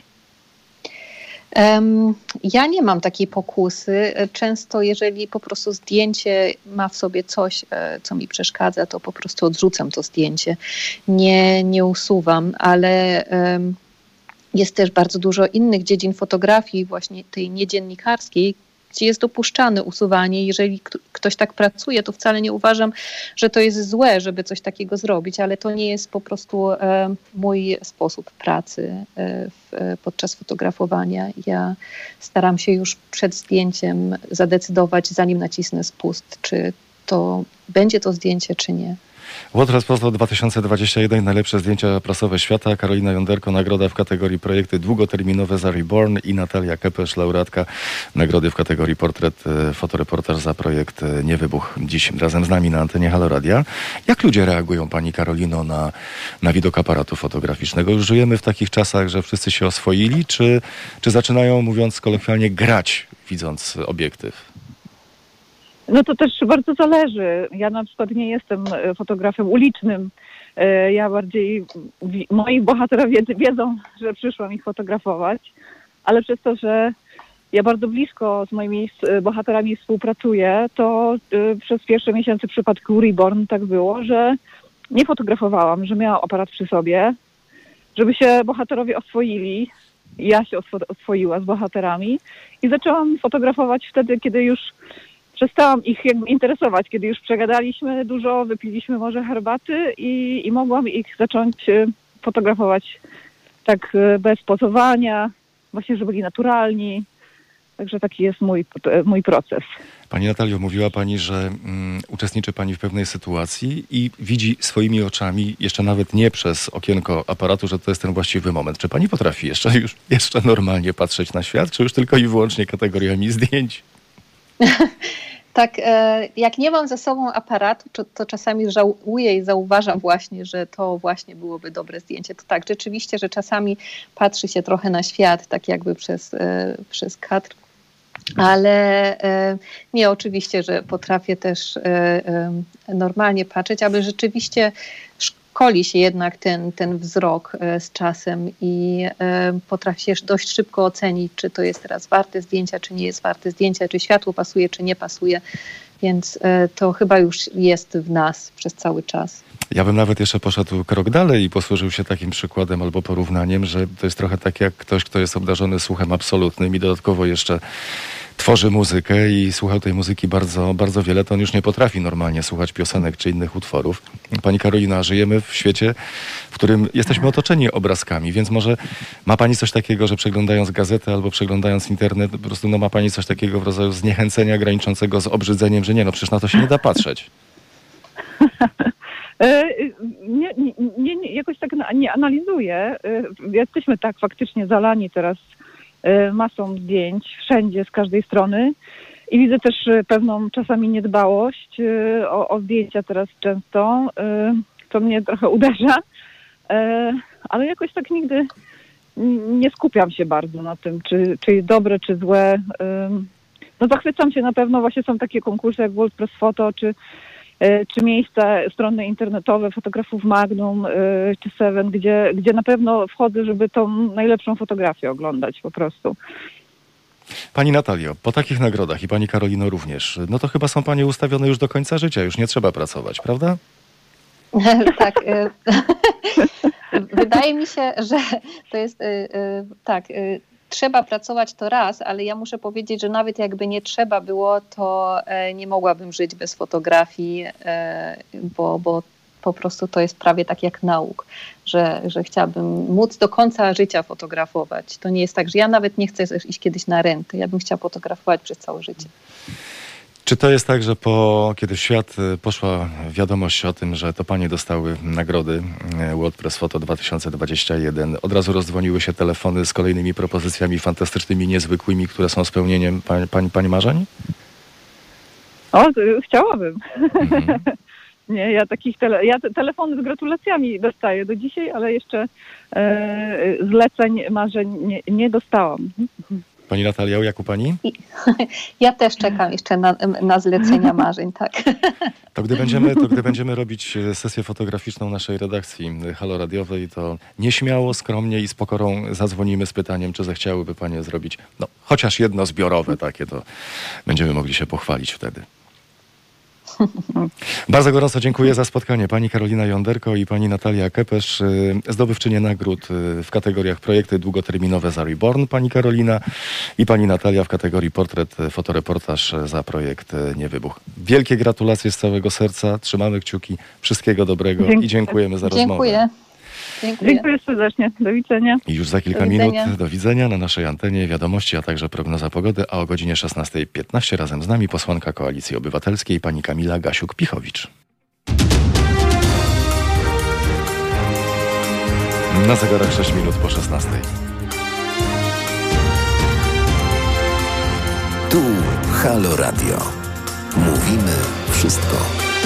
Um, ja nie mam takiej pokusy. Często jeżeli po prostu zdjęcie ma w sobie coś, co mi przeszkadza, to po prostu odrzucam to zdjęcie. Nie, nie usuwam, ale um, jest też bardzo dużo innych dziedzin fotografii, właśnie tej niedziennikarskiej, gdzie jest dopuszczane usuwanie. Jeżeli k- ktoś tak pracuje, to wcale nie uważam, że to jest złe, żeby coś takiego zrobić, ale to nie jest po prostu e, mój sposób pracy e, w, e, podczas fotografowania. Ja staram się już przed zdjęciem zadecydować, zanim nacisnę spust, czy to będzie to zdjęcie, czy nie. World Press Photo dwa tysiące dwudziesty pierwszy, najlepsze zdjęcia prasowe świata. Karolina Jonderko, nagroda w kategorii projekty długoterminowe za Reborn i Natalia Kepesz, laureatka nagrody w kategorii portret, fotoreportaż za projekt Nie wybuch. Dziś razem z nami na antenie Halo Radia. Jak ludzie reagują, pani Karolino, na, na widok aparatu fotograficznego? Już żyjemy w takich czasach, że wszyscy się oswoili, czy, czy zaczynają, mówiąc kolokwialnie, grać, widząc obiektyw? No to też bardzo zależy. Ja na przykład nie jestem fotografem ulicznym. Ja bardziej, moi bohaterowie wiedzą, że przyszłam ich fotografować, ale przez to, że ja bardzo blisko z moimi bohaterami współpracuję, to przez pierwsze miesiące w przypadku Reborn tak było, że nie fotografowałam, że miałam aparat przy sobie, żeby się bohaterowie oswoili. Ja się oswoiła z bohaterami i zaczęłam fotografować wtedy, kiedy już przestałam ich jakby interesować, kiedy już przegadaliśmy dużo, wypiliśmy może herbaty i, i mogłam ich zacząć fotografować tak bez pozowania, właśnie, żeby byli naturalni. Także taki jest mój, mój proces. Pani Natalio, mówiła pani, że mm, uczestniczy pani w pewnej sytuacji i widzi swoimi oczami, jeszcze nawet nie przez okienko aparatu, że to jest ten właściwy moment. Czy pani potrafi jeszcze, już, jeszcze normalnie patrzeć na świat, czy już tylko i wyłącznie kategoriami zdjęć? Tak, jak nie mam ze sobą aparatu, to, to czasami żałuję i zauważam właśnie, że to właśnie byłoby dobre zdjęcie. To tak, rzeczywiście, że czasami patrzy się trochę na świat, tak jakby przez, przez kadr, ale nie, oczywiście, że potrafię też normalnie patrzeć, aby rzeczywiście szkoli się jednak ten, ten wzrok z czasem i potrafi się dość szybko ocenić, czy to jest teraz warte zdjęcia, czy nie jest warte zdjęcia, czy światło pasuje, czy nie pasuje. Więc to chyba już jest w nas przez cały czas. Ja bym nawet jeszcze poszedł krok dalej i posłużył się takim przykładem albo porównaniem, że to jest trochę tak jak ktoś, kto jest obdarzony słuchem absolutnym i dodatkowo jeszcze tworzy muzykę i słuchał tej muzyki bardzo, bardzo wiele, to on już nie potrafi normalnie słuchać piosenek czy innych utworów. Pani Karolina, żyjemy w świecie, w którym jesteśmy otoczeni obrazkami, więc może ma pani coś takiego, że przeglądając gazetę albo przeglądając internet, po prostu no, ma pani coś takiego w rodzaju zniechęcenia graniczącego z obrzydzeniem, że nie, no przecież na to się nie da patrzeć. Nie, nie, nie, jakoś tak nie analizuję. Jesteśmy tak faktycznie zalani teraz masą zdjęć wszędzie, z każdej strony i widzę też pewną czasami niedbałość o, o zdjęcia teraz często, to mnie trochę uderza, ale jakoś tak nigdy nie skupiam się bardzo na tym, czy, czy jest dobre, czy złe. No zachwycam się na pewno, właśnie są takie konkursy jak World Press Photo, czy czy miejsca, strony internetowe fotografów Magnum, czy Seven, gdzie, gdzie na pewno wchodzę, żeby tą najlepszą fotografię oglądać po prostu. Pani Natalio, po takich nagrodach i pani Karolino również, no to chyba są panie ustawione już do końca życia, już nie trzeba pracować, prawda? Tak. Wydaje mi się, że to jest tak. Trzeba pracować to raz, ale ja muszę powiedzieć, że nawet jakby nie trzeba było, to nie mogłabym żyć bez fotografii, bo, bo po prostu to jest prawie tak jak nauk, że, że chciałabym móc do końca życia fotografować. To nie jest tak, że ja nawet nie chcę iść kiedyś na rentę. Ja bym chciała fotografować przez całe życie. Czy to jest tak, że po, kiedy w świat poszła wiadomość o tym, że to panie dostały nagrody World Press Photo dwa tysiące dwudziesty pierwszy, od razu rozdzwoniły się telefony z kolejnymi propozycjami fantastycznymi, niezwykłymi, które są spełnieniem pań, pań, pań marzeń? O, to chciałabym. Mhm. Nie, ja takich tele, ja te, telefony z gratulacjami dostaję do dzisiaj, ale jeszcze e, zleceń, marzeń nie, nie dostałam. Pani Natalia, jak u pani? Ja też czekam jeszcze na, na zlecenia marzeń, tak. To gdy, będziemy, to gdy będziemy robić sesję fotograficzną naszej redakcji Halo Radiowej, to nieśmiało, skromnie i z pokorą zadzwonimy z pytaniem, czy zechciałyby panie zrobić no, chociaż jedno zbiorowe takie, to będziemy mogli się pochwalić wtedy. Bardzo gorąco dziękuję za spotkanie. Pani Karolina Jonderko i pani Natalia Kepesz, zdobywczynie nagród w kategoriach projekty długoterminowe za Reborn, pani Karolina, i pani Natalia w kategorii portret, fotoreportaż za projekt Niewybuch. Wielkie gratulacje z całego serca, trzymamy kciuki, wszystkiego dobrego Dziękuję. i dziękujemy za Dziękuję. rozmowę. Dziękuję. Dziękuję serdecznie. Do widzenia. I już za kilka Do minut widzenia. do widzenia na naszej antenie wiadomości, a także prognoza pogody, a o godzinie szesnasta piętnaście razem z nami posłanka Koalicji Obywatelskiej pani Kamila Gasiuk-Pichowicz. Na zegarach sześć minut po szesnastej. Tu Halo Radio. Mówimy wszystko.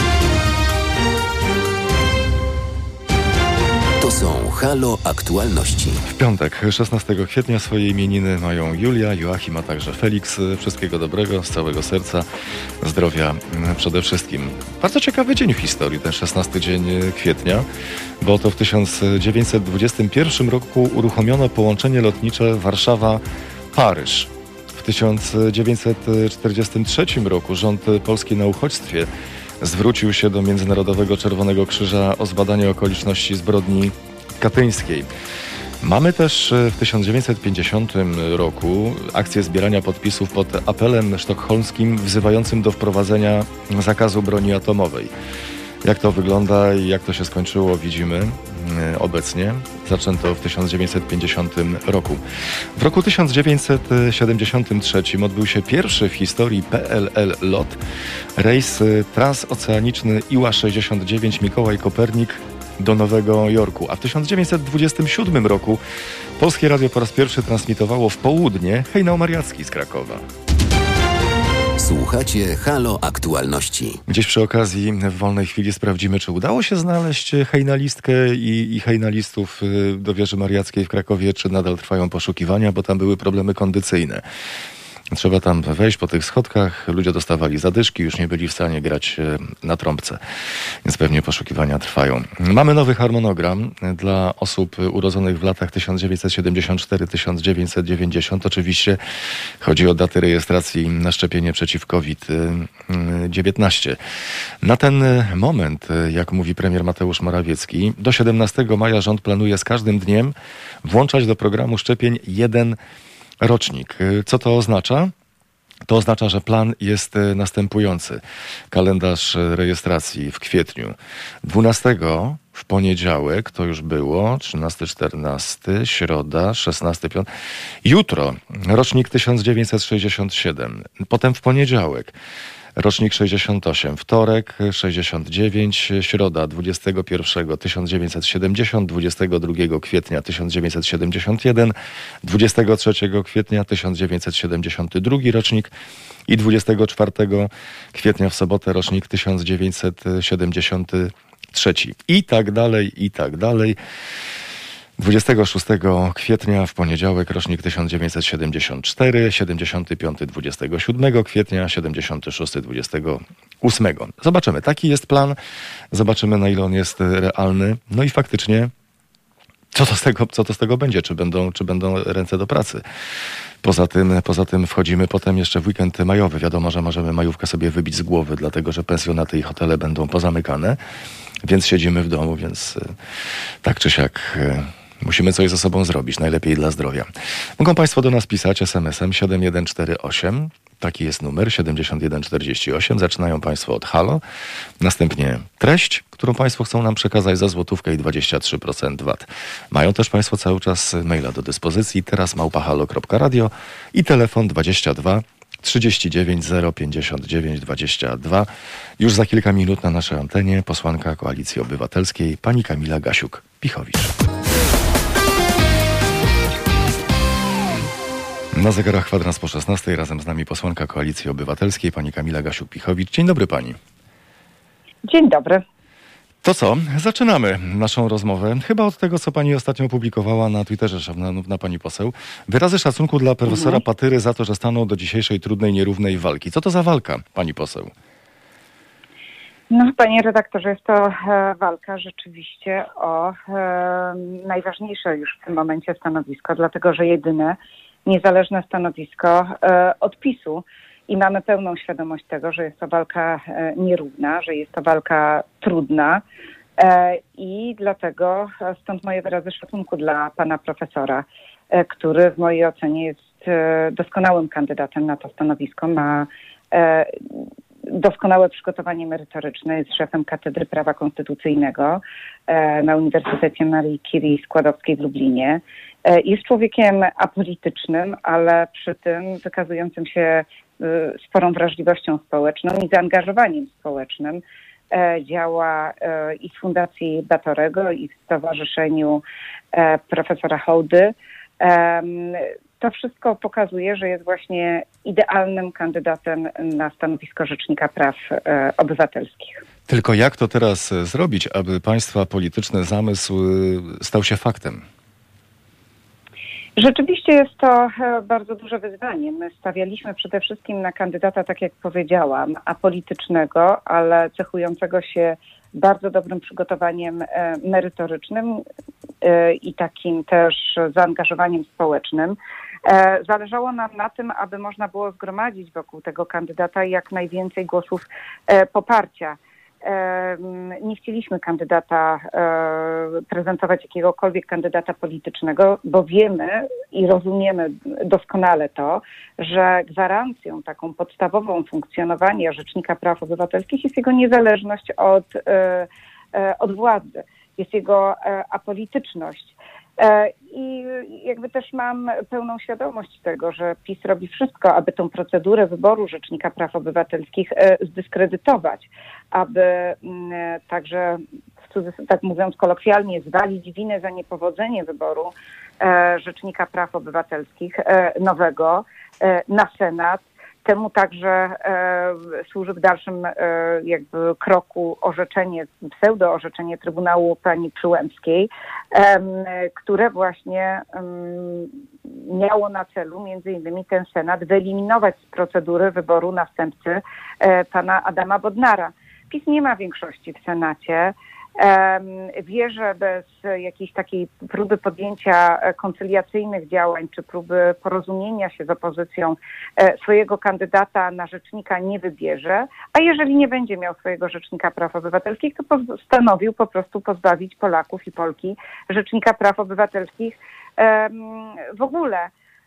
To są Halo Aktualności. W piątek, szesnastego kwietnia, swoje imieniny mają Julia, Joachim, a także Felix. Wszystkiego dobrego, z całego serca, zdrowia przede wszystkim. Bardzo ciekawy dzień w historii, ten szesnasty dzień kwietnia, bo to w tysiąc dziewięćset dwudziestym pierwszym roku uruchomiono połączenie lotnicze Warszawa-Paryż. W tysiąc dziewięćset czterdziestym trzecim roku rząd polski na uchodźstwie zwrócił się do Międzynarodowego Czerwonego Krzyża o zbadanie okoliczności zbrodni katyńskiej. Mamy też w tysiąc dziewięćset pięćdziesiątym roku akcję zbierania podpisów pod apelem sztokholmskim wzywającym do wprowadzenia zakazu broni atomowej. Jak to wygląda i jak to się skończyło, widzimy obecnie. Zaczęto w tysiąc dziewięćset pięćdziesiątym roku. W roku tysiąc dziewięćset siedemdziesiątym trzecim odbył się pierwszy w historii P L L lot, rejs transoceaniczny I Ł A sześćdziesiąt dziewięć Mikołaj Kopernik do Nowego Jorku. A w tysiąc dziewięćset dwudziestym siódmym roku Polskie Radio po raz pierwszy transmitowało w południe hejnał mariacki z Krakowa. Słuchacie Halo Aktualności. Gdzieś przy okazji w wolnej chwili sprawdzimy, czy udało się znaleźć hejnalistkę i, i hejnalistów do wieży mariackiej w Krakowie, czy nadal trwają poszukiwania, bo tam były problemy kondycyjne. Trzeba tam wejść po tych schodkach, ludzie dostawali zadyszki, już nie byli w stanie grać na trąbce, więc pewnie poszukiwania trwają. Mamy nowy harmonogram dla osób urodzonych w latach tysiąc dziewięćset siedemdziesiąt cztery do tysiąc dziewięćset dziewięćdziesiąt. Oczywiście chodzi o daty rejestracji na szczepienie przeciw COVID dziewiętnaście. Na ten moment, jak mówi premier Mateusz Morawiecki, do siedemnastego maja rząd planuje z każdym dniem włączać do programu szczepień jeden rocznik. Co to oznacza? To oznacza, że plan jest następujący. Kalendarz rejestracji w kwietniu. dwunastego w poniedziałek, to już było, trzynasty, czternasty, środa, szesnasty, piąty. Jutro rocznik tysiąc dziewięćset sześćdziesiąt siedem. Potem w poniedziałek rocznik sześćdziesiąt osiem, wtorek sześćdziesiąt dziewięć, środa dwudziestego pierwszego tysiąc dziewięćset siedemdziesiąt, dwudziestego drugiego kwietnia tysiąc dziewięćset siedemdziesiąt jeden, dwudziestego trzeciego kwietnia tysiąc dziewięćset siedemdziesiąt drugi rocznik i dwudziestego czwartego kwietnia w sobotę rocznik tysiąc dziewięćset siedemdziesiąty trzeci. I tak dalej, i tak dalej. dwudziestego szóstego kwietnia w poniedziałek rocznik tysiąc dziewięćset siedemdziesiąt cztery, siedemdziesiąty piąty dwudziestego siódmego kwietnia, siedemdziesiąty szósty dwudziestego ósmego. Zobaczymy, taki jest plan, zobaczymy, na ile on jest realny. No i faktycznie, co to z tego, co to z tego będzie, czy będą, czy będą ręce do pracy. Poza tym, poza tym wchodzimy potem jeszcze w weekend majowy. Wiadomo, że możemy majówkę sobie wybić z głowy, dlatego że pensjonaty i hotele będą pozamykane, więc siedzimy w domu, więc tak czy siak musimy coś ze sobą zrobić, najlepiej dla zdrowia. Mogą Państwo do nas pisać es em esem siedem jeden cztery osiem. Taki jest numer siedemdziesiąt jeden czterdzieści osiem. Zaczynają Państwo od halo. Następnie treść, którą Państwo chcą nam przekazać za złotówkę i dwadzieścia trzy procent V A T. Mają też Państwo cały czas maila do dyspozycji. Teraz małpa halo kropka radio i telefon dwadzieścia dwa trzydzieści dziewięć zero pięćdziesiąt dziewięć dwadzieścia dwa. Już za kilka minut na naszej antenie posłanka Koalicji Obywatelskiej pani Kamila Gasiuk-Pichowicz. Na zegarach kwadrans po szesnastej, razem z nami posłanka Koalicji Obywatelskiej, pani Kamila Gasiuk-Pichowicz. Dzień dobry pani. Dzień dobry. To co? Zaczynamy naszą rozmowę. Chyba od tego, co pani ostatnio opublikowała na Twitterze, na, na pani poseł. Wyrazy szacunku dla profesora mhm. Patyry za to, że stanął do dzisiejszej trudnej, nierównej walki. Co to za walka, pani poseł? No, panie redaktorze, jest to e, walka rzeczywiście o e, najważniejsze już w tym momencie stanowisko, dlatego że jedyne niezależne stanowisko e, od PiS-u i mamy pełną świadomość tego, że jest to walka e, nierówna, że jest to walka trudna e, i dlatego stąd moje wyrazy szacunku dla pana profesora, e, który w mojej ocenie jest e, doskonałym kandydatem na to stanowisko, ma e, doskonałe przygotowanie merytoryczne, jest szefem Katedry Prawa Konstytucyjnego e, na Uniwersytecie Marii Curie Skłodowskiej w Lublinie. E, jest człowiekiem apolitycznym, ale przy tym wykazującym się e, sporą wrażliwością społeczną i zaangażowaniem społecznym. E, działa e, i w Fundacji Batorego, i w Stowarzyszeniu e, profesora Hołdy. E, To wszystko pokazuje, że jest właśnie idealnym kandydatem na stanowisko Rzecznika Praw e, Obywatelskich. Tylko jak to teraz zrobić, aby państwa polityczny zamysł stał się faktem? Rzeczywiście jest to bardzo duże wyzwanie. My stawialiśmy przede wszystkim na kandydata, tak jak powiedziałam, apolitycznego, ale cechującego się bardzo dobrym przygotowaniem e, merytorycznym e, i takim też zaangażowaniem społecznym. E, zależało nam na tym, aby można było zgromadzić wokół tego kandydata jak najwięcej głosów e, poparcia. E, nie chcieliśmy kandydata, e, prezentować jakiegokolwiek kandydata politycznego, bo wiemy i rozumiemy doskonale to, że gwarancją taką podstawową funkcjonowania Rzecznika Praw Obywatelskich jest jego niezależność od, e, e, od władzy, jest jego e, apolityczność. I jakby też mam pełną świadomość tego, że PiS robi wszystko, aby tą procedurę wyboru Rzecznika Praw Obywatelskich zdyskredytować, aby także, tak mówiąc kolokwialnie, zwalić winę za niepowodzenie wyboru Rzecznika Praw Obywatelskich nowego na Senat. Temu także e, służy w dalszym e, jakby kroku orzeczenie, pseudo-orzeczenie Trybunału pani Przyłębskiej, e, które właśnie e, miało na celu między innymi ten Senat wyeliminować z procedury wyboru następcy e, pana Adama Bodnara. PiS nie ma większości w Senacie. Wie, że bez jakiejś takiej próby podjęcia koncyliacyjnych działań czy próby porozumienia się z opozycją swojego kandydata na rzecznika nie wybierze, a jeżeli nie będzie miał swojego Rzecznika Praw Obywatelskich, to postanowił po prostu pozbawić Polaków i Polki Rzecznika Praw Obywatelskich w ogóle.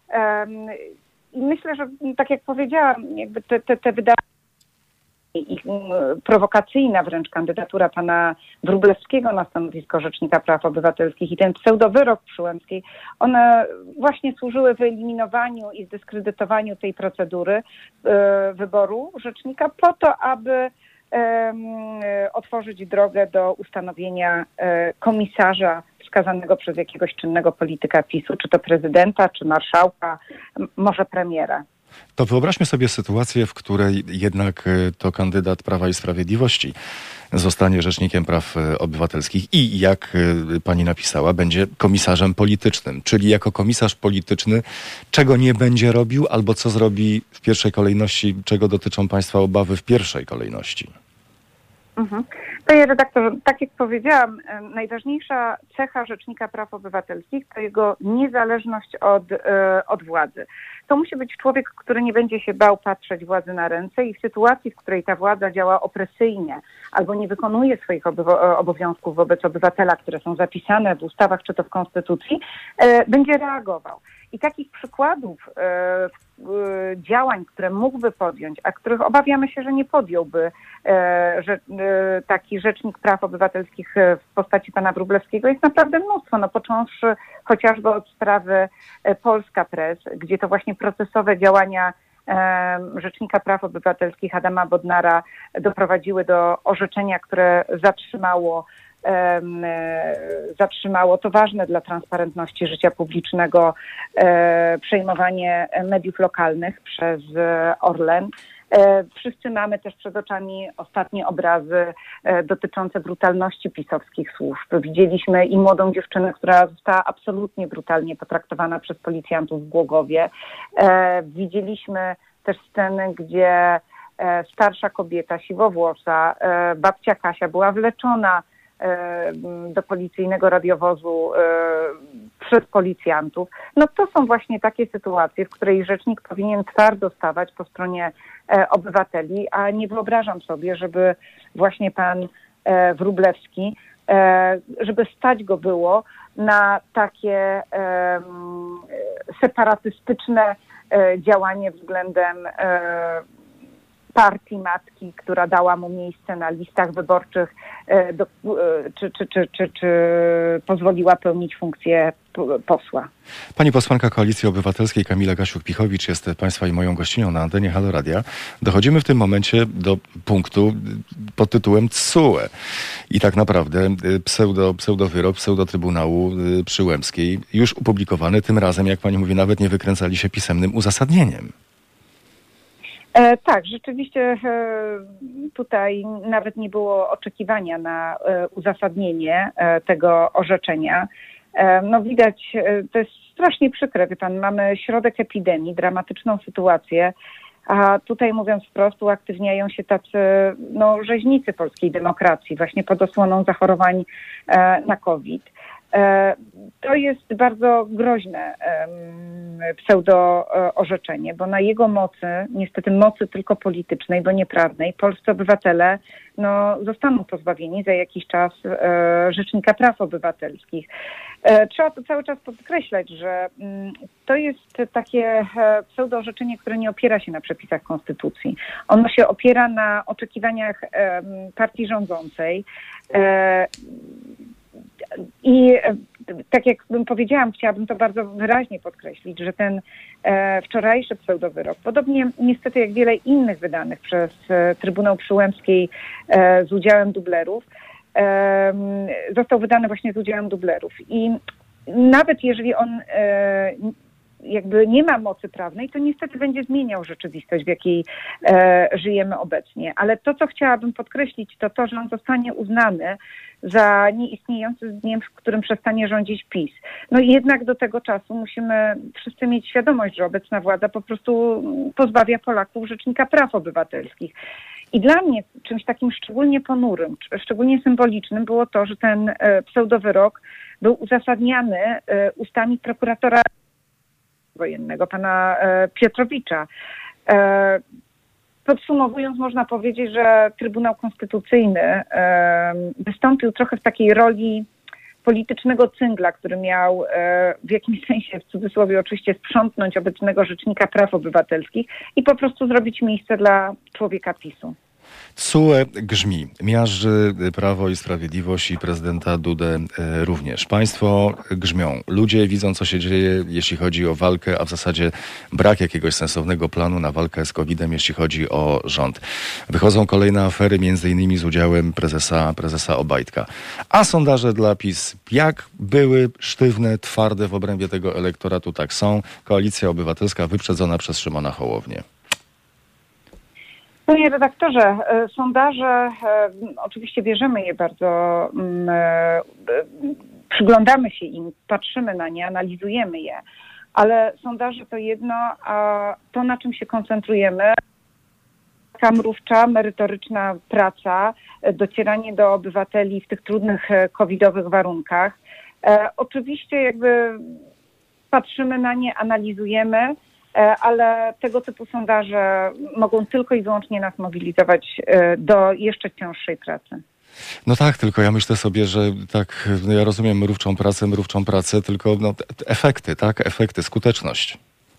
I myślę, że tak jak powiedziałam, jakby te, te, te wydarzenia i prowokacyjna wręcz kandydatura pana Wróblewskiego na stanowisko Rzecznika Praw Obywatelskich i ten pseudowyrok Przyłębskiej, one właśnie służyły wyeliminowaniu i zdyskredytowaniu tej procedury e, wyboru rzecznika po to, aby e, otworzyć drogę do ustanowienia e, komisarza wskazanego przez jakiegoś czynnego polityka PiS-u, czy to prezydenta, czy marszałka, m- może premiera. To wyobraźmy sobie sytuację, w której jednak to kandydat Prawa i Sprawiedliwości zostanie Rzecznikiem Praw Obywatelskich i, jak pani napisała, będzie komisarzem politycznym. Czyli jako komisarz polityczny czego nie będzie robił albo co zrobi w pierwszej kolejności, czego dotyczą państwa obawy w pierwszej kolejności? Mhm. Panie redaktorze, tak jak powiedziałam, najważniejsza cecha Rzecznika Praw Obywatelskich to jego niezależność od, od władzy. To musi być człowiek, który nie będzie się bał patrzeć władzy na ręce i w sytuacji, w której ta władza działa opresyjnie albo nie wykonuje swoich obowiązków wobec obywatela, które są zapisane w ustawach czy to w konstytucji, będzie reagował. I takich przykładów e, e, działań, które mógłby podjąć, a których obawiamy się, że nie podjąłby e, że, e, taki Rzecznik Praw Obywatelskich w postaci pana Wróblewskiego, jest naprawdę mnóstwo. No, począwszy chociażby od sprawy Polska Press, gdzie to właśnie procesowe działania e, Rzecznika Praw Obywatelskich Adama Bodnara doprowadziły do orzeczenia, które zatrzymało zatrzymało. To ważne dla transparentności życia publicznego przejmowanie mediów lokalnych przez Orlen. Wszyscy mamy też przed oczami ostatnie obrazy dotyczące brutalności pisowskich służb. Widzieliśmy i młodą dziewczynę, która została absolutnie brutalnie potraktowana przez policjantów w Głogowie. Widzieliśmy też sceny, gdzie starsza kobieta, siwowłosa, babcia Kasia była wleczona do policyjnego radiowozu przez policjantów. No to są właśnie takie sytuacje, w której rzecznik powinien twardo stawać po stronie obywateli, a nie wyobrażam sobie, żeby właśnie pan Wróblewski, żeby stać go było na takie separatystyczne działanie względem partii matki, która dała mu miejsce na listach wyborczych, do, czy, czy, czy, czy, czy pozwoliła pełnić funkcję posła. Pani posłanka Koalicji Obywatelskiej Kamila Gasiuk-Pichowicz jest Państwa i moją gościnią na antenie Halo Radia. Dochodzimy w tym momencie do punktu pod tytułem T S U E. I tak naprawdę pseudo, pseudowyrok pseudotrybunału przy Łębskiej już opublikowany, tym razem, jak pani mówi, nawet nie wykręcali się pisemnym uzasadnieniem. E, tak, rzeczywiście e, tutaj nawet nie było oczekiwania na e, uzasadnienie e, tego orzeczenia. E, no widać, e, to jest strasznie przykre, wie pan, mamy środek epidemii, dramatyczną sytuację, a tutaj mówiąc wprost uaktywniają się tacy no, rzeźnicy polskiej demokracji właśnie pod osłoną zachorowań e, na COVID. To jest bardzo groźne pseudo orzeczenie, bo na jego mocy, niestety mocy tylko politycznej, bo nie prawnej, polscy obywatele no, zostaną pozbawieni za jakiś czas Rzecznika Praw Obywatelskich. Trzeba to cały czas podkreślać, że to jest takie pseudo orzeczenie, które nie opiera się na przepisach konstytucji. Ono się opiera na oczekiwaniach partii rządzącej. I tak jak bym powiedziałam, chciałabym to bardzo wyraźnie podkreślić, że ten e, wczorajszy pseudowyrok, podobnie niestety jak wiele innych wydanych przez e, Trybunał przy Łębskiej e, z udziałem dublerów, e, został wydany właśnie z udziałem dublerów. I nawet jeżeli on e, jakby nie ma mocy prawnej, to niestety będzie zmieniał rzeczywistość, w jakiej e, żyjemy obecnie. Ale to, co chciałabym podkreślić, to to, że on zostanie uznany za nieistniejący z dniem, w którym przestanie rządzić PiS. No i jednak do tego czasu musimy wszyscy mieć świadomość, że obecna władza po prostu pozbawia Polaków Rzecznika Praw Obywatelskich. I dla mnie czymś takim szczególnie ponurym, szczególnie symbolicznym było to, że ten e, pseudowyrok był uzasadniany e, ustami prokuratora wojennego, pana e, Piotrowicza. E, Podsumowując, można powiedzieć, że Trybunał Konstytucyjny e, wystąpił trochę w takiej roli politycznego cyngla, który miał e, w jakimś sensie, w cudzysłowie oczywiście, sprzątnąć obecnego Rzecznika Praw Obywatelskich i po prostu zrobić miejsce dla człowieka PiSu. T S U E grzmi, miażdży Prawo i Sprawiedliwość i prezydenta Dudę również. Państwo grzmią. Ludzie widzą, co się dzieje, jeśli chodzi o walkę, a w zasadzie brak jakiegoś sensownego planu na walkę z kowidem, jeśli chodzi o rząd. Wychodzą kolejne afery, między innymi z udziałem prezesa, prezesa Obajtka. A sondaże dla PiS jak były sztywne, twarde w obrębie tego elektoratu, tak są. Koalicja Obywatelska wyprzedzona przez Szymona Hołownię. Panie redaktorze, sondaże, oczywiście bierzemy je bardzo, przyglądamy się im, patrzymy na nie, analizujemy je, ale sondaże to jedno, a to, na czym się koncentrujemy, taka mrówcza, merytoryczna praca, docieranie do obywateli w tych trudnych covidowych warunkach. Oczywiście jakby patrzymy na nie, analizujemy, ale tego typu sondaże mogą tylko i wyłącznie nas mobilizować do jeszcze cięższej pracy. No tak, tylko ja myślę sobie, że tak, no ja rozumiem mrówczą pracę, mrówczą pracę, tylko no, efekty, tak, efekty, skuteczność.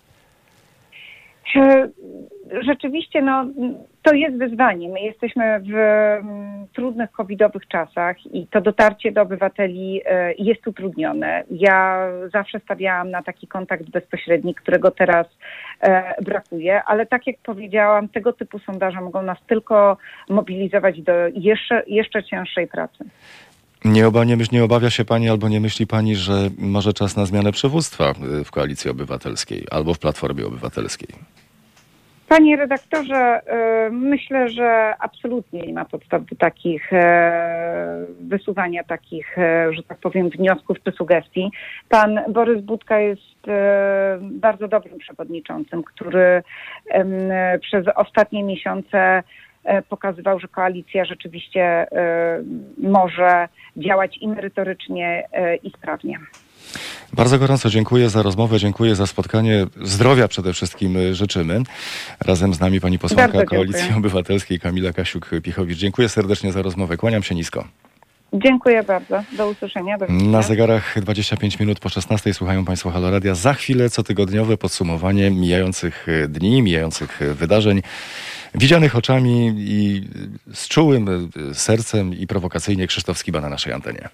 Rzeczywiście, no, to jest wyzwanie. My jesteśmy w m, trudnych covidowych czasach i to dotarcie do obywateli e, jest utrudnione. Ja zawsze stawiałam na taki kontakt bezpośredni, którego teraz e, brakuje, ale tak jak powiedziałam, tego typu sondaże mogą nas tylko mobilizować do jeszcze, jeszcze cięższej pracy. Nie, oba, nie, myśl, nie obawia się pani albo nie myśli pani, że może czas na zmianę przywództwa w Koalicji Obywatelskiej albo w Platformie Obywatelskiej? Panie redaktorze, myślę, że absolutnie nie ma podstaw do takich wysuwania takich, że tak powiem, wniosków czy sugestii. Pan Borys Budka jest bardzo dobrym przewodniczącym, który przez ostatnie miesiące pokazywał, że koalicja rzeczywiście może działać i merytorycznie, i sprawnie. Bardzo gorąco dziękuję za rozmowę, dziękuję za spotkanie. Zdrowia przede wszystkim życzymy. Razem z nami pani posłanka Koalicji Obywatelskiej Kamila Kasiuk-Pichowicz. Dziękuję serdecznie za rozmowę. Kłaniam się nisko. Dziękuję bardzo. Do usłyszenia. Do widzenia. Na zegarach dwadzieścia pięć minut po szesnastej słuchają państwo Halo Radia. Za chwilę cotygodniowe podsumowanie mijających dni, mijających wydarzeń, widzianych oczami i z czułym sercem i prowokacyjnie Krzysztof Skiba na naszej antenie.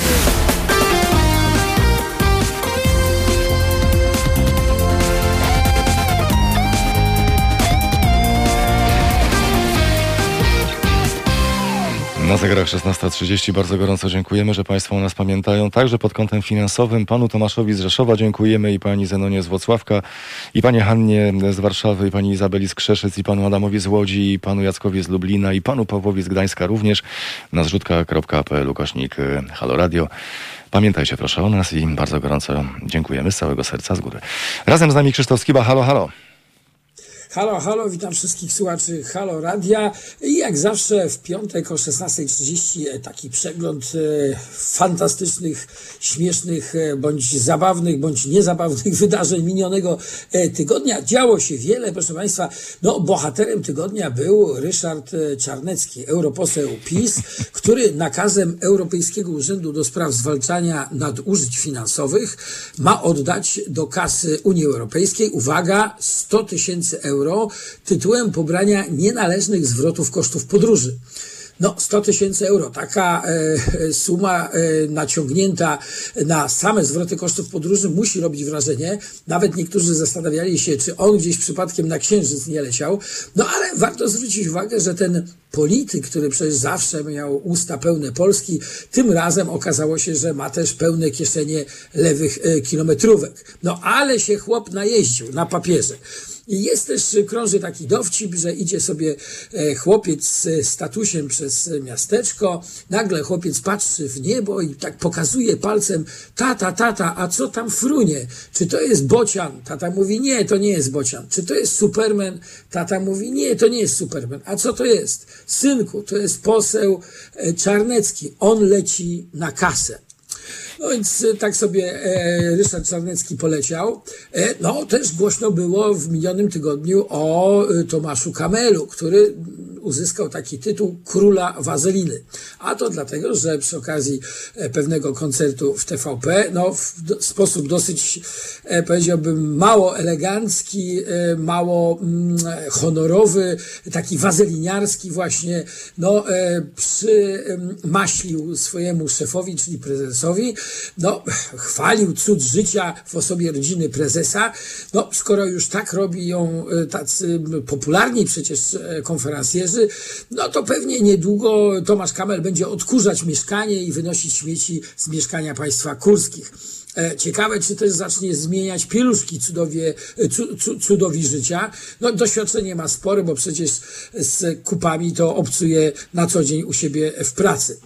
Na zegarach szesnasta trzydzieści bardzo gorąco dziękujemy, że państwo o nas pamiętają. Także pod kątem finansowym panu Tomaszowi z Rzeszowa dziękujemy i pani Zenonie z Włocławka, i pani Hannie z Warszawy, i pani Izabeli z Krzeszyc, i panu Adamowi z Łodzi, i panu Jackowi z Lublina, i panu Pawłowi z Gdańska również. Na zrzutka kropka p l ukośnik Halo Radio. Pamiętajcie proszę o nas i bardzo gorąco dziękujemy z całego serca, z góry. Razem z nami Krzysztof Skiba. Halo, halo. Halo, halo, witam wszystkich słuchaczy Halo Radia i jak zawsze w piątek o szesnasta trzydzieści taki przegląd e, fantastycznych, śmiesznych, e, bądź zabawnych, bądź niezabawnych wydarzeń minionego e, tygodnia. Działo się wiele, proszę Państwa. No, bohaterem tygodnia był Ryszard Czarnecki, europoseł PiS, który nakazem Europejskiego Urzędu do Spraw Zwalczania Nadużyć Finansowych ma oddać do kasy Unii Europejskiej, uwaga, sto tysięcy euro tytułem pobrania nienależnych zwrotów kosztów podróży. No, sto tysięcy euro, taka e, suma e, naciągnięta na same zwroty kosztów podróży musi robić wrażenie. Nawet niektórzy zastanawiali się, czy on gdzieś przypadkiem na Księżyc nie leciał. No, ale warto zwrócić uwagę, że ten polityk, który przecież zawsze miał usta pełne Polski, tym razem okazało się, że ma też pełne kieszenie lewych e, kilometrówek. No, ale się chłop najeździł na papierze. I jest też, krąży taki dowcip, że idzie sobie chłopiec z statusiem przez miasteczko, nagle chłopiec patrzy w niebo i tak pokazuje palcem: tata, tata, a co tam frunie? Czy to jest bocian? Tata mówi: nie, to nie jest bocian. Czy to jest Superman? Tata mówi: nie, to nie jest Superman. A co to jest? Synku, to jest poseł Czarnecki. On leci na kasę. No więc tak sobie e, Ryszard Czarnecki poleciał. E, no też głośno było w minionym tygodniu o e, Tomaszu Kamelu, który uzyskał taki tytuł króla wazeliny. A to dlatego, że przy okazji e, pewnego koncertu w T V P, no w do, sposób dosyć, e, powiedziałbym, mało elegancki, e, mało mm, honorowy, taki wazeliniarski właśnie, no e, przymaślił swojemu szefowi, czyli prezesowi, no, chwalił cud życia w osobie rodziny prezesa. No, skoro już tak robią tacy popularni przecież konferencjerzy, no to pewnie niedługo Tomasz Kamel będzie odkurzać mieszkanie i wynosić śmieci z mieszkania państwa kurskich. Ciekawe, czy też zacznie zmieniać pieluszki cudowie, cu, cudowi życia. No, doświadczenie ma spore, bo przecież z kupami to obcuje na co dzień u siebie w pracy.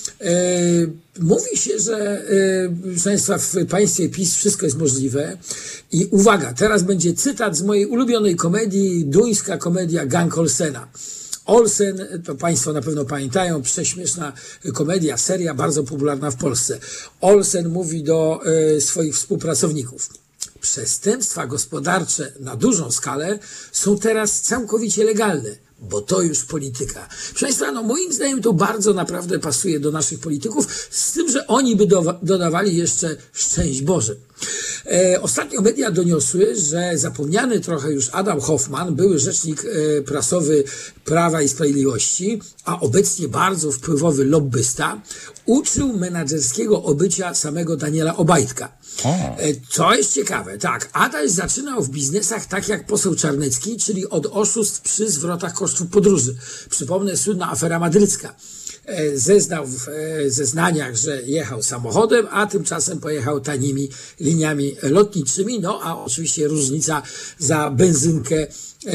Mówi się, że proszę Państwa, w państwie PiS wszystko jest możliwe. I uwaga, teraz będzie cytat z mojej ulubionej komedii, duńska komedia Gang Olsena. Olsen, to Państwo na pewno pamiętają, prześmieszna komedia, seria bardzo popularna w Polsce. Olsen mówi do y, swoich współpracowników: przestępstwa gospodarcze na dużą skalę są teraz całkowicie legalne, bo to już polityka. Proszę Państwa, no moim zdaniem to bardzo naprawdę pasuje do naszych polityków, z tym, że oni by do, dodawali jeszcze szczęść Boże. E, ostatnio media doniosły, że zapomniany trochę już Adam Hoffman, były rzecznik e, prasowy Prawa i Sprawiedliwości, a obecnie bardzo wpływowy lobbysta, uczył menadżerskiego obycia samego Daniela Obajtka. E, co jest ciekawe, tak, Adaś zaczynał w biznesach tak jak poseł Czarnecki, czyli od oszustw przy zwrotach kosztów podróży. Przypomnę, słynna afera madrycka. zeznał w zeznaniach, że jechał samochodem, a tymczasem pojechał tanimi liniami lotniczymi. No a oczywiście różnica za benzynkę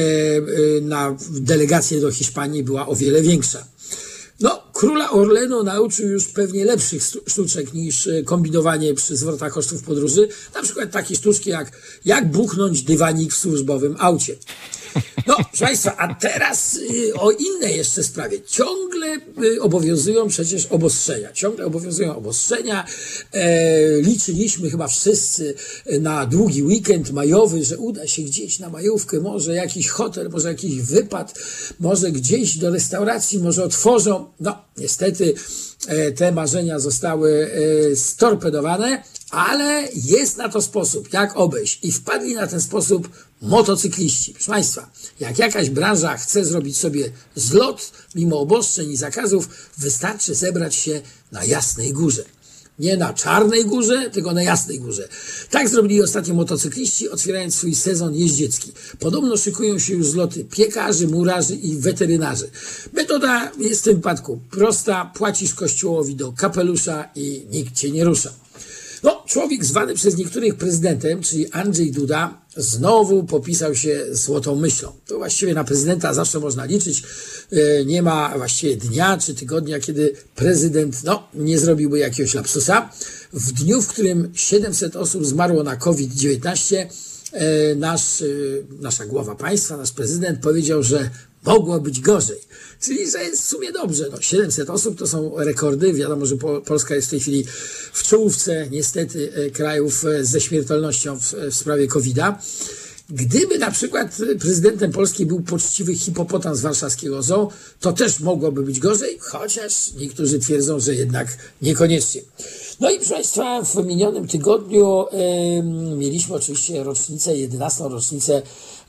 na delegację do Hiszpanii była o wiele większa. No, króla Orlenu nauczył już pewnie lepszych sztuczek niż kombinowanie przy zwrotach kosztów podróży. Na przykład takie sztuczki jak jak buchnąć dywanik w służbowym aucie. No, proszę Państwa, a teraz y, o innej jeszcze sprawie. Ciągle y, obowiązują przecież obostrzenia. Ciągle obowiązują obostrzenia. E, liczyliśmy chyba wszyscy na długi weekend majowy, że uda się gdzieś na majówkę, może jakiś hotel, może jakiś wypad, może gdzieś do restauracji, może otworzą. No, niestety e, te marzenia zostały e, storpedowane, ale jest na to sposób, jak obejść. I wpadli na ten sposób motocykliści. Proszę Państwa, jak jakaś branża chce zrobić sobie zlot, mimo obostrzeń i zakazów, wystarczy zebrać się na Jasnej Górze. Nie na Czarnej Górze, tylko na Jasnej Górze. Tak zrobili ostatnio motocykliści, otwierając swój sezon jeździecki. Podobno szykują się już zloty piekarzy, murarzy i weterynarzy. Metoda jest w tym wypadku prosta. Płacisz kościołowi do kapelusza i nikt cię nie rusza. No, człowiek zwany przez niektórych prezydentem, czyli Andrzej Duda, znowu popisał się złotą myślą. To właściwie na prezydenta zawsze można liczyć. Nie ma właściwie dnia czy tygodnia, kiedy prezydent no, nie zrobiłby jakiegoś lapsusa. W dniu, w którym siedemset osób zmarło na COVID dziewiętnaście, nasz, nasza głowa państwa, nasz prezydent powiedział, że mogło być gorzej. Czyli, że jest w sumie dobrze. No, siedemset osób to są rekordy. Wiadomo, że Polska jest w tej chwili w czołówce niestety krajów ze śmiertelnością w, w sprawie kowida. Gdyby na przykład prezydentem Polski był poczciwy hipopotam z warszawskiego zoo, to też mogłoby być gorzej, chociaż niektórzy twierdzą, że jednak niekoniecznie. No i proszę Państwa, w minionym tygodniu y, mieliśmy oczywiście rocznicę, jedenastą rocznicę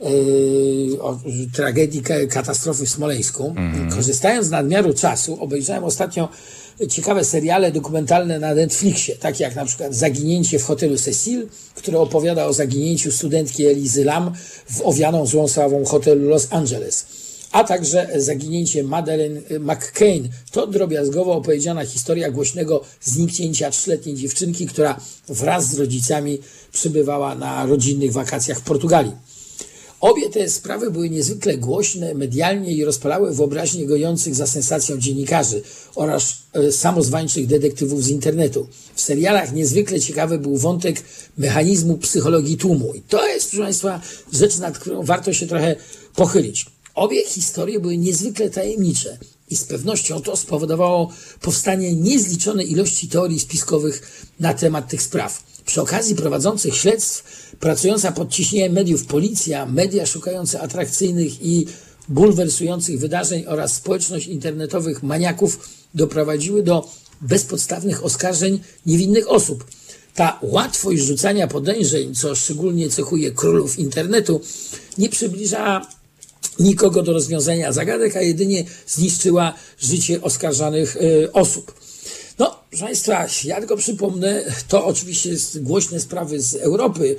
y, o, tragedii, katastrofy w Smoleńsku. Mm. Korzystając z nadmiaru czasu, obejrzałem ostatnio ciekawe seriale dokumentalne na Netflixie, takie jak na przykład Zaginięcie w hotelu Cecil, które opowiada o zaginięciu studentki Elizy Lam w owianą złą sławą hotelu Los Angeles. A także Zaginięcie Madeleine McCain. To drobiazgowo opowiedziana historia głośnego zniknięcia trzyletniej dziewczynki, która wraz z rodzicami przybywała na rodzinnych wakacjach w Portugalii. Obie te sprawy były niezwykle głośne medialnie i rozpalały wyobraźnię gojących za sensacją dziennikarzy oraz samozwańczych detektywów z internetu. W serialach niezwykle ciekawy był wątek mechanizmu psychologii tłumu. I to jest, proszę Państwa, rzecz, nad którą warto się trochę pochylić. Obie historie były niezwykle tajemnicze i z pewnością to spowodowało powstanie niezliczonej ilości teorii spiskowych na temat tych spraw. Przy okazji prowadzących śledztw, pracująca pod ciśnieniem mediów policja, media szukające atrakcyjnych i bulwersujących wydarzeń oraz społeczność internetowych maniaków doprowadziły do bezpodstawnych oskarżeń niewinnych osób. Ta łatwość rzucania podejrzeń, co szczególnie cechuje królów internetu, nie przybliża nikogo do rozwiązania zagadek, a jedynie zniszczyła życie oskarżanych y, osób. No, proszę Państwa, ja tylko przypomnę, to oczywiście jest głośne sprawy z Europy,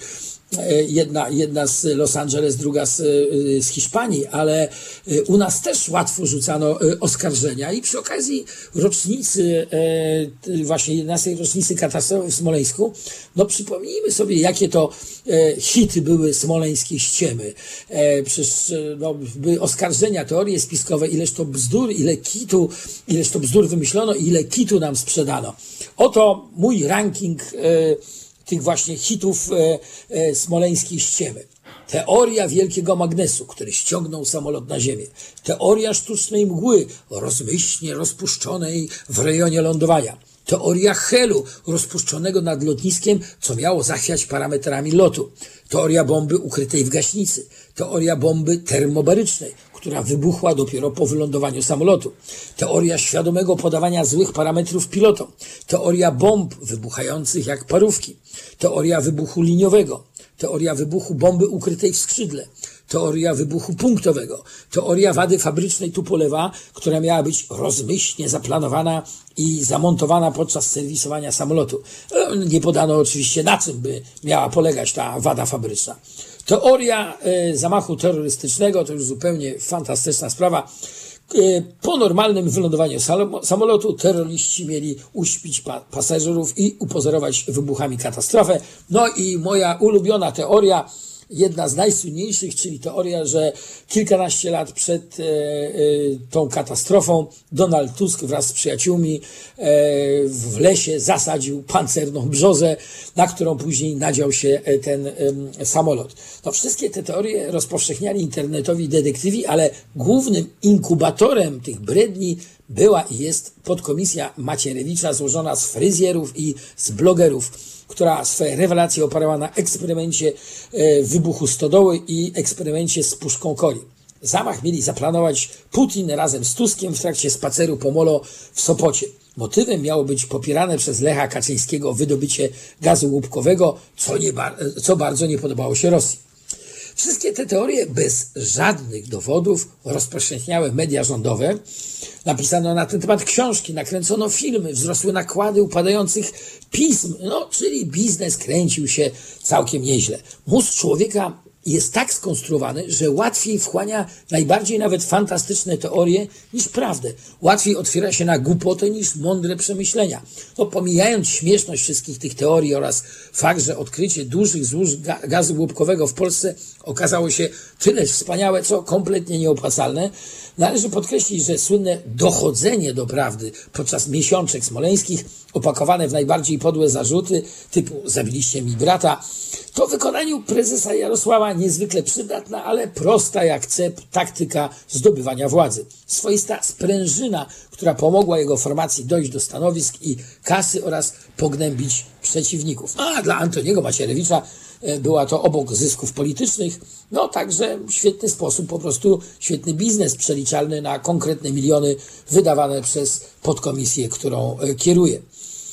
jedna, jedna z Los Angeles, druga z, z Hiszpanii, ale u nas też łatwo rzucano oskarżenia i przy okazji rocznicy, właśnie jedenastej rocznicy katastrofy w Smoleńsku, no przypomnijmy sobie, jakie to hity były smoleńskie ściemy. Przecież no, były oskarżenia, teorie spiskowe, ileż to bzdur, ile kitu, ileż to bzdur wymyślono i ile kitu nam sprzedano. Oto mój ranking tych właśnie hitów e, e, smoleńskiej ściemy. Teoria wielkiego magnesu, który ściągnął samolot na ziemię. Teoria sztucznej mgły, rozmyślnie rozpuszczonej w rejonie lądowania. Teoria helu, rozpuszczonego nad lotniskiem, co miało zachwiać parametrami lotu. Teoria bomby ukrytej w gaśnicy. Teoria bomby termobarycznej, która wybuchła dopiero po wylądowaniu samolotu. Teoria świadomego podawania złych parametrów pilotom. Teoria bomb wybuchających jak parówki. Teoria wybuchu liniowego. Teoria wybuchu bomby ukrytej w skrzydle. Teoria wybuchu punktowego. Teoria wady fabrycznej Tupolewa, która miała być rozmyślnie zaplanowana i zamontowana podczas serwisowania samolotu. Nie podano oczywiście, na czym by miała polegać ta wada fabryczna. Teoria y, zamachu terrorystycznego to już zupełnie fantastyczna sprawa. Po normalnym wylądowaniu samolotu terroryści mieli uśpić pa- pasażerów i upozorować wybuchami katastrofę. No i moja ulubiona teoria, jedna z najsłynniejszych, czyli teoria, że kilkanaście lat przed e, e, tą katastrofą Donald Tusk wraz z przyjaciółmi e, w lesie zasadził pancerną brzozę, na którą później nadział się ten e, samolot. No wszystkie te teorie rozpowszechniali internetowi detektywi, ale głównym inkubatorem tych bredni była i jest podkomisja Macierewicza złożona z fryzjerów i z blogerów, która swoje rewelacje oparła na eksperymencie e, wybuchu stodoły i eksperymencie z puszką coli. Zamach mieli zaplanować Putin razem z Tuskiem w trakcie spaceru po molo w Sopocie. Motywem miało być popierane przez Lecha Kaczyńskiego wydobycie gazu łupkowego, co, nie, co bardzo nie podobało się Rosji. Wszystkie te teorie bez żadnych dowodów rozpowszechniały media rządowe. Napisano na ten temat książki, nakręcono filmy, wzrosły nakłady upadających pism, no czyli biznes kręcił się całkiem nieźle. Mózg człowieka jest tak skonstruowany, że łatwiej wchłania najbardziej nawet fantastyczne teorie niż prawdę. Łatwiej otwiera się na głupotę niż mądre przemyślenia. No, pomijając śmieszność wszystkich tych teorii oraz fakt, że odkrycie dużych złóż ga- gazu łupkowego w Polsce okazało się tyle wspaniałe, co kompletnie nieopłacalne, należy podkreślić, że słynne dochodzenie do prawdy podczas miesiączek smoleńskich, opakowane w najbardziej podłe zarzuty typu zabiliście mi brata, to w wykonaniu prezesa Jarosława niezwykle przydatna, ale prosta jak cep taktyka zdobywania władzy. Swoista sprężyna, która pomogła jego formacji dojść do stanowisk i kasy oraz pognębić przeciwników. A dla Antoniego Macierewicza była to obok zysków politycznych, no także świetny sposób, po prostu świetny biznes przeliczalny na konkretne miliony wydawane przez podkomisję, którą kieruje.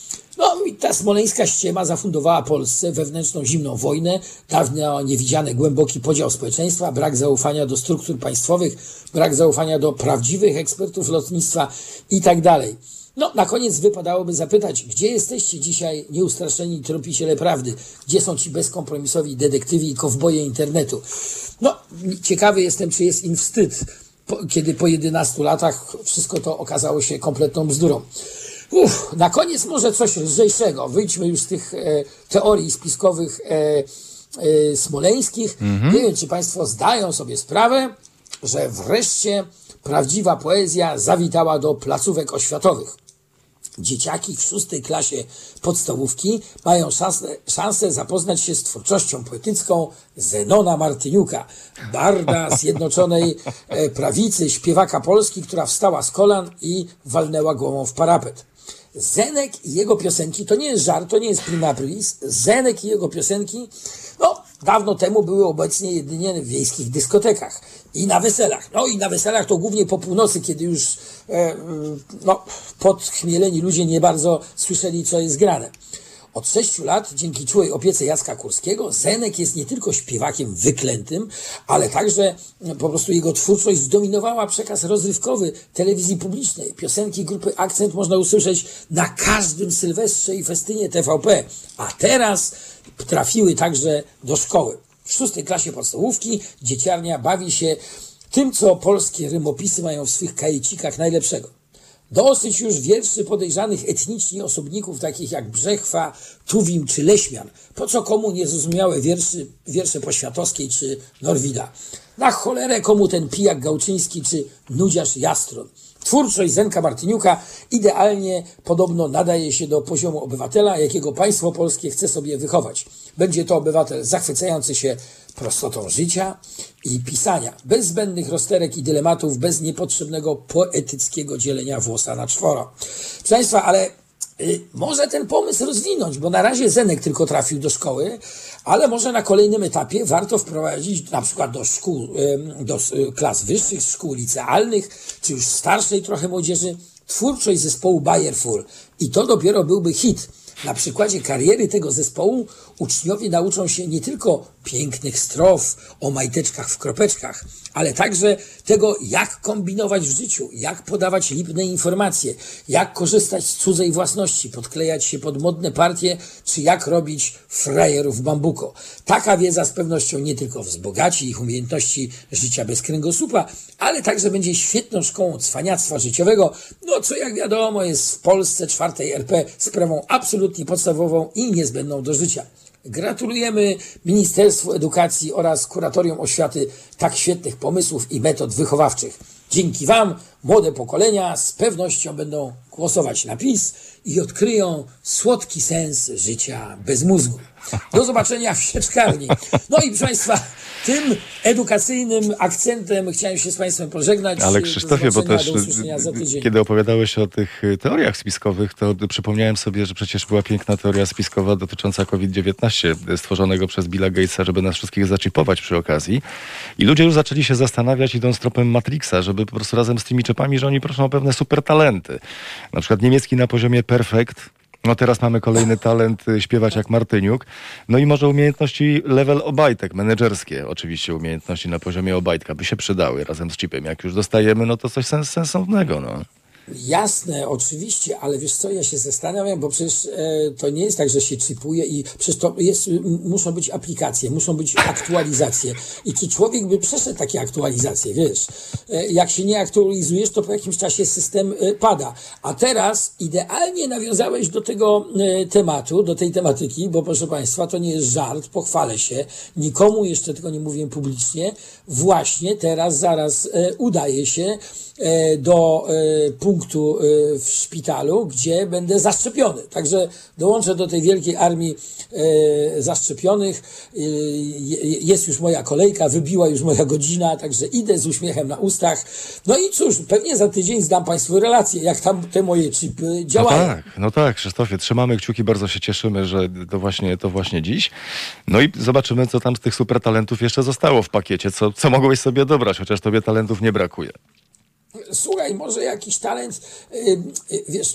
No i ta smoleńska ściema zafundowała Polsce wewnętrzną zimną wojnę, dawno niewidziany głęboki podział społeczeństwa, brak zaufania do struktur państwowych, brak zaufania do prawdziwych ekspertów lotnictwa i tak dalej. No, na koniec wypadałoby zapytać, gdzie jesteście dzisiaj nieustraszeni tropiciele prawdy? Gdzie są ci bezkompromisowi detektywi i kowboje internetu? No, ciekawy jestem, czy jest im wstyd, po, kiedy po jedenastu latach wszystko to okazało się kompletną bzdurą. Uff, na koniec może coś lżejszego. Wyjdźmy już z tych e, teorii spiskowych e, e, smoleńskich. Mhm. Nie wiem, czy państwo zdają sobie sprawę, że wreszcie prawdziwa poezja zawitała do placówek oświatowych. Dzieciaki w szóstej klasie podstawówki mają szansę, szansę zapoznać się z twórczością poetycką Zenona Martyniuka, barda Zjednoczonej Prawicy, śpiewaka Polski, która wstała z kolan i walnęła głową w parapet. Zenek i jego piosenki, to nie jest żart, to nie jest prima aprilis, Zenek i jego piosenki, no, dawno temu były obecnie jedynie w wiejskich dyskotekach i na weselach. No i na weselach to głównie po północy, kiedy już e, no, podchmieleni ludzie nie bardzo słyszeli, co jest grane. Od sześciu lat, dzięki czułej opiece Jacka Kurskiego, Zenek jest nie tylko śpiewakiem wyklętym, ale także po prostu jego twórczość zdominowała przekaz rozrywkowy telewizji publicznej. Piosenki grupy Akcent można usłyszeć na każdym sylwestrze i festynie T V P, a teraz trafiły także do szkoły. W szóstej klasie podstawówki dzieciarnia bawi się tym, co polskie rymopisy mają w swych kajecikach najlepszego. Dosyć już wierszy podejrzanych etnicznie osobników, takich jak Brzechwa, Tuwim czy Leśmian. Po co komu niezrozumiałe wierszy, wiersze Poświatowskiej czy Norwida? Na cholerę komu ten pijak Gałczyński czy nudziarz Jastron? Twórczość Zenka Martyniuka idealnie podobno nadaje się do poziomu obywatela, jakiego państwo polskie chce sobie wychować. Będzie to obywatel zachwycający się prostotą życia i pisania, bez zbędnych rozterek i dylematów, bez niepotrzebnego poetyckiego dzielenia włosa na czworo. Proszę Państwa, ale y, może ten pomysł rozwinąć, bo na razie Zenek tylko trafił do szkoły, ale może na kolejnym etapie warto wprowadzić na przykład do szkół, y, do y, klas wyższych, szkół licealnych, czy już starszej trochę młodzieży, twórczość zespołu Bayerful. I to dopiero byłby hit. Na przykładzie kariery tego zespołu uczniowie nauczą się nie tylko pięknych strof, o majteczkach w kropeczkach, ale także tego, jak kombinować w życiu, jak podawać lipne informacje, jak korzystać z cudzej własności, podklejać się pod modne partie, czy jak robić frajerów bambuko. Taka wiedza z pewnością nie tylko wzbogaci ich umiejętności życia bez kręgosłupa, ale także będzie świetną szkołą cwaniactwa życiowego, no co jak wiadomo jest w Polsce czwartej R P sprawą absolutnie podstawową i niezbędną do życia. Gratulujemy Ministerstwu Edukacji oraz Kuratorium Oświaty tak świetnych pomysłów i metod wychowawczych. Dzięki Wam młode pokolenia z pewnością będą głosować na PiS i odkryją słodki sens życia bez mózgu. Do zobaczenia w sieczkarni. No i proszę Państwa, tym edukacyjnym akcentem chciałem się z Państwem pożegnać. Ale Krzysztofie, bo też za tydzień. Kiedy opowiadałeś o tych teoriach spiskowych, to przypomniałem sobie, że przecież była piękna teoria spiskowa dotycząca COVID dziewiętnaście, stworzonego przez Billa Gatesa, żeby nas wszystkich zaczipować przy okazji. I ludzie już zaczęli się zastanawiać, idąc tropem Matrixa, żeby po prostu razem z tymi czepami, że oni proszą o pewne super talenty. Na przykład niemiecki na poziomie perfekt. No teraz mamy kolejny talent, y, śpiewać jak Martyniuk. No i może umiejętności level Obajtek, menedżerskie oczywiście umiejętności na poziomie Obajtka by się przydały razem z chipem. Jak już dostajemy, no to coś sens sensownego, no. Jasne, oczywiście, ale wiesz co, ja się zastanawiam, bo przecież e, to nie jest tak, że się chipuje i przecież to jest, m, muszą być aplikacje, muszą być aktualizacje. I czy człowiek by przeszedł takie aktualizacje, wiesz? E, jak się nie aktualizujesz, to po jakimś czasie system e, pada. A teraz idealnie nawiązałeś do tego e, tematu, do tej tematyki, bo proszę Państwa, to nie jest żart, pochwalę się, nikomu jeszcze tego nie mówię publicznie. Właśnie teraz, zaraz e, udaje się e, do e, punktu w szpitalu, gdzie będę zaszczepiony. Także dołączę do tej wielkiej armii e, zaszczepionych. E, jest już moja kolejka, wybiła już moja godzina, także idę z uśmiechem na ustach. No i cóż, pewnie za tydzień zdam Państwu relację, jak tam te moje chipy działają. No tak, no tak, Krzysztofie, trzymamy kciuki, bardzo się cieszymy, że to właśnie, to właśnie dziś. No i zobaczymy, co tam z tych super talentów jeszcze zostało w pakiecie, co, co mogłeś sobie dobrać, chociaż tobie talentów nie brakuje. Słuchaj, może jakiś talent, wiesz,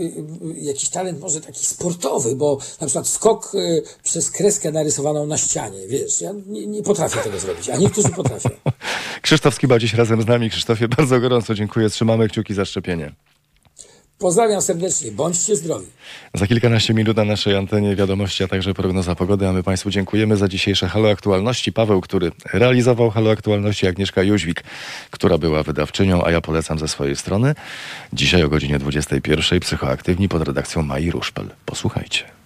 jakiś talent może taki sportowy, bo na przykład skok przez kreskę narysowaną na ścianie, wiesz, ja nie, nie potrafię tego zrobić, a niektórzy potrafią. Krzysztof Skiba dziś razem z nami. Krzysztofie, bardzo gorąco dziękuję, trzymamy kciuki za szczepienie. Pozdrawiam serdecznie, bądźcie zdrowi. Za kilkanaście minut na naszej antenie wiadomości, a także prognoza pogody, a my Państwu dziękujemy za dzisiejsze Halo Aktualności. Paweł, który realizował Halo Aktualności, Agnieszka Jóźwik, która była wydawczynią, a ja polecam ze swojej strony. Dzisiaj o godzinie dwudziestej pierwszej psychoaktywni pod redakcją Mai Ruszpel. Posłuchajcie.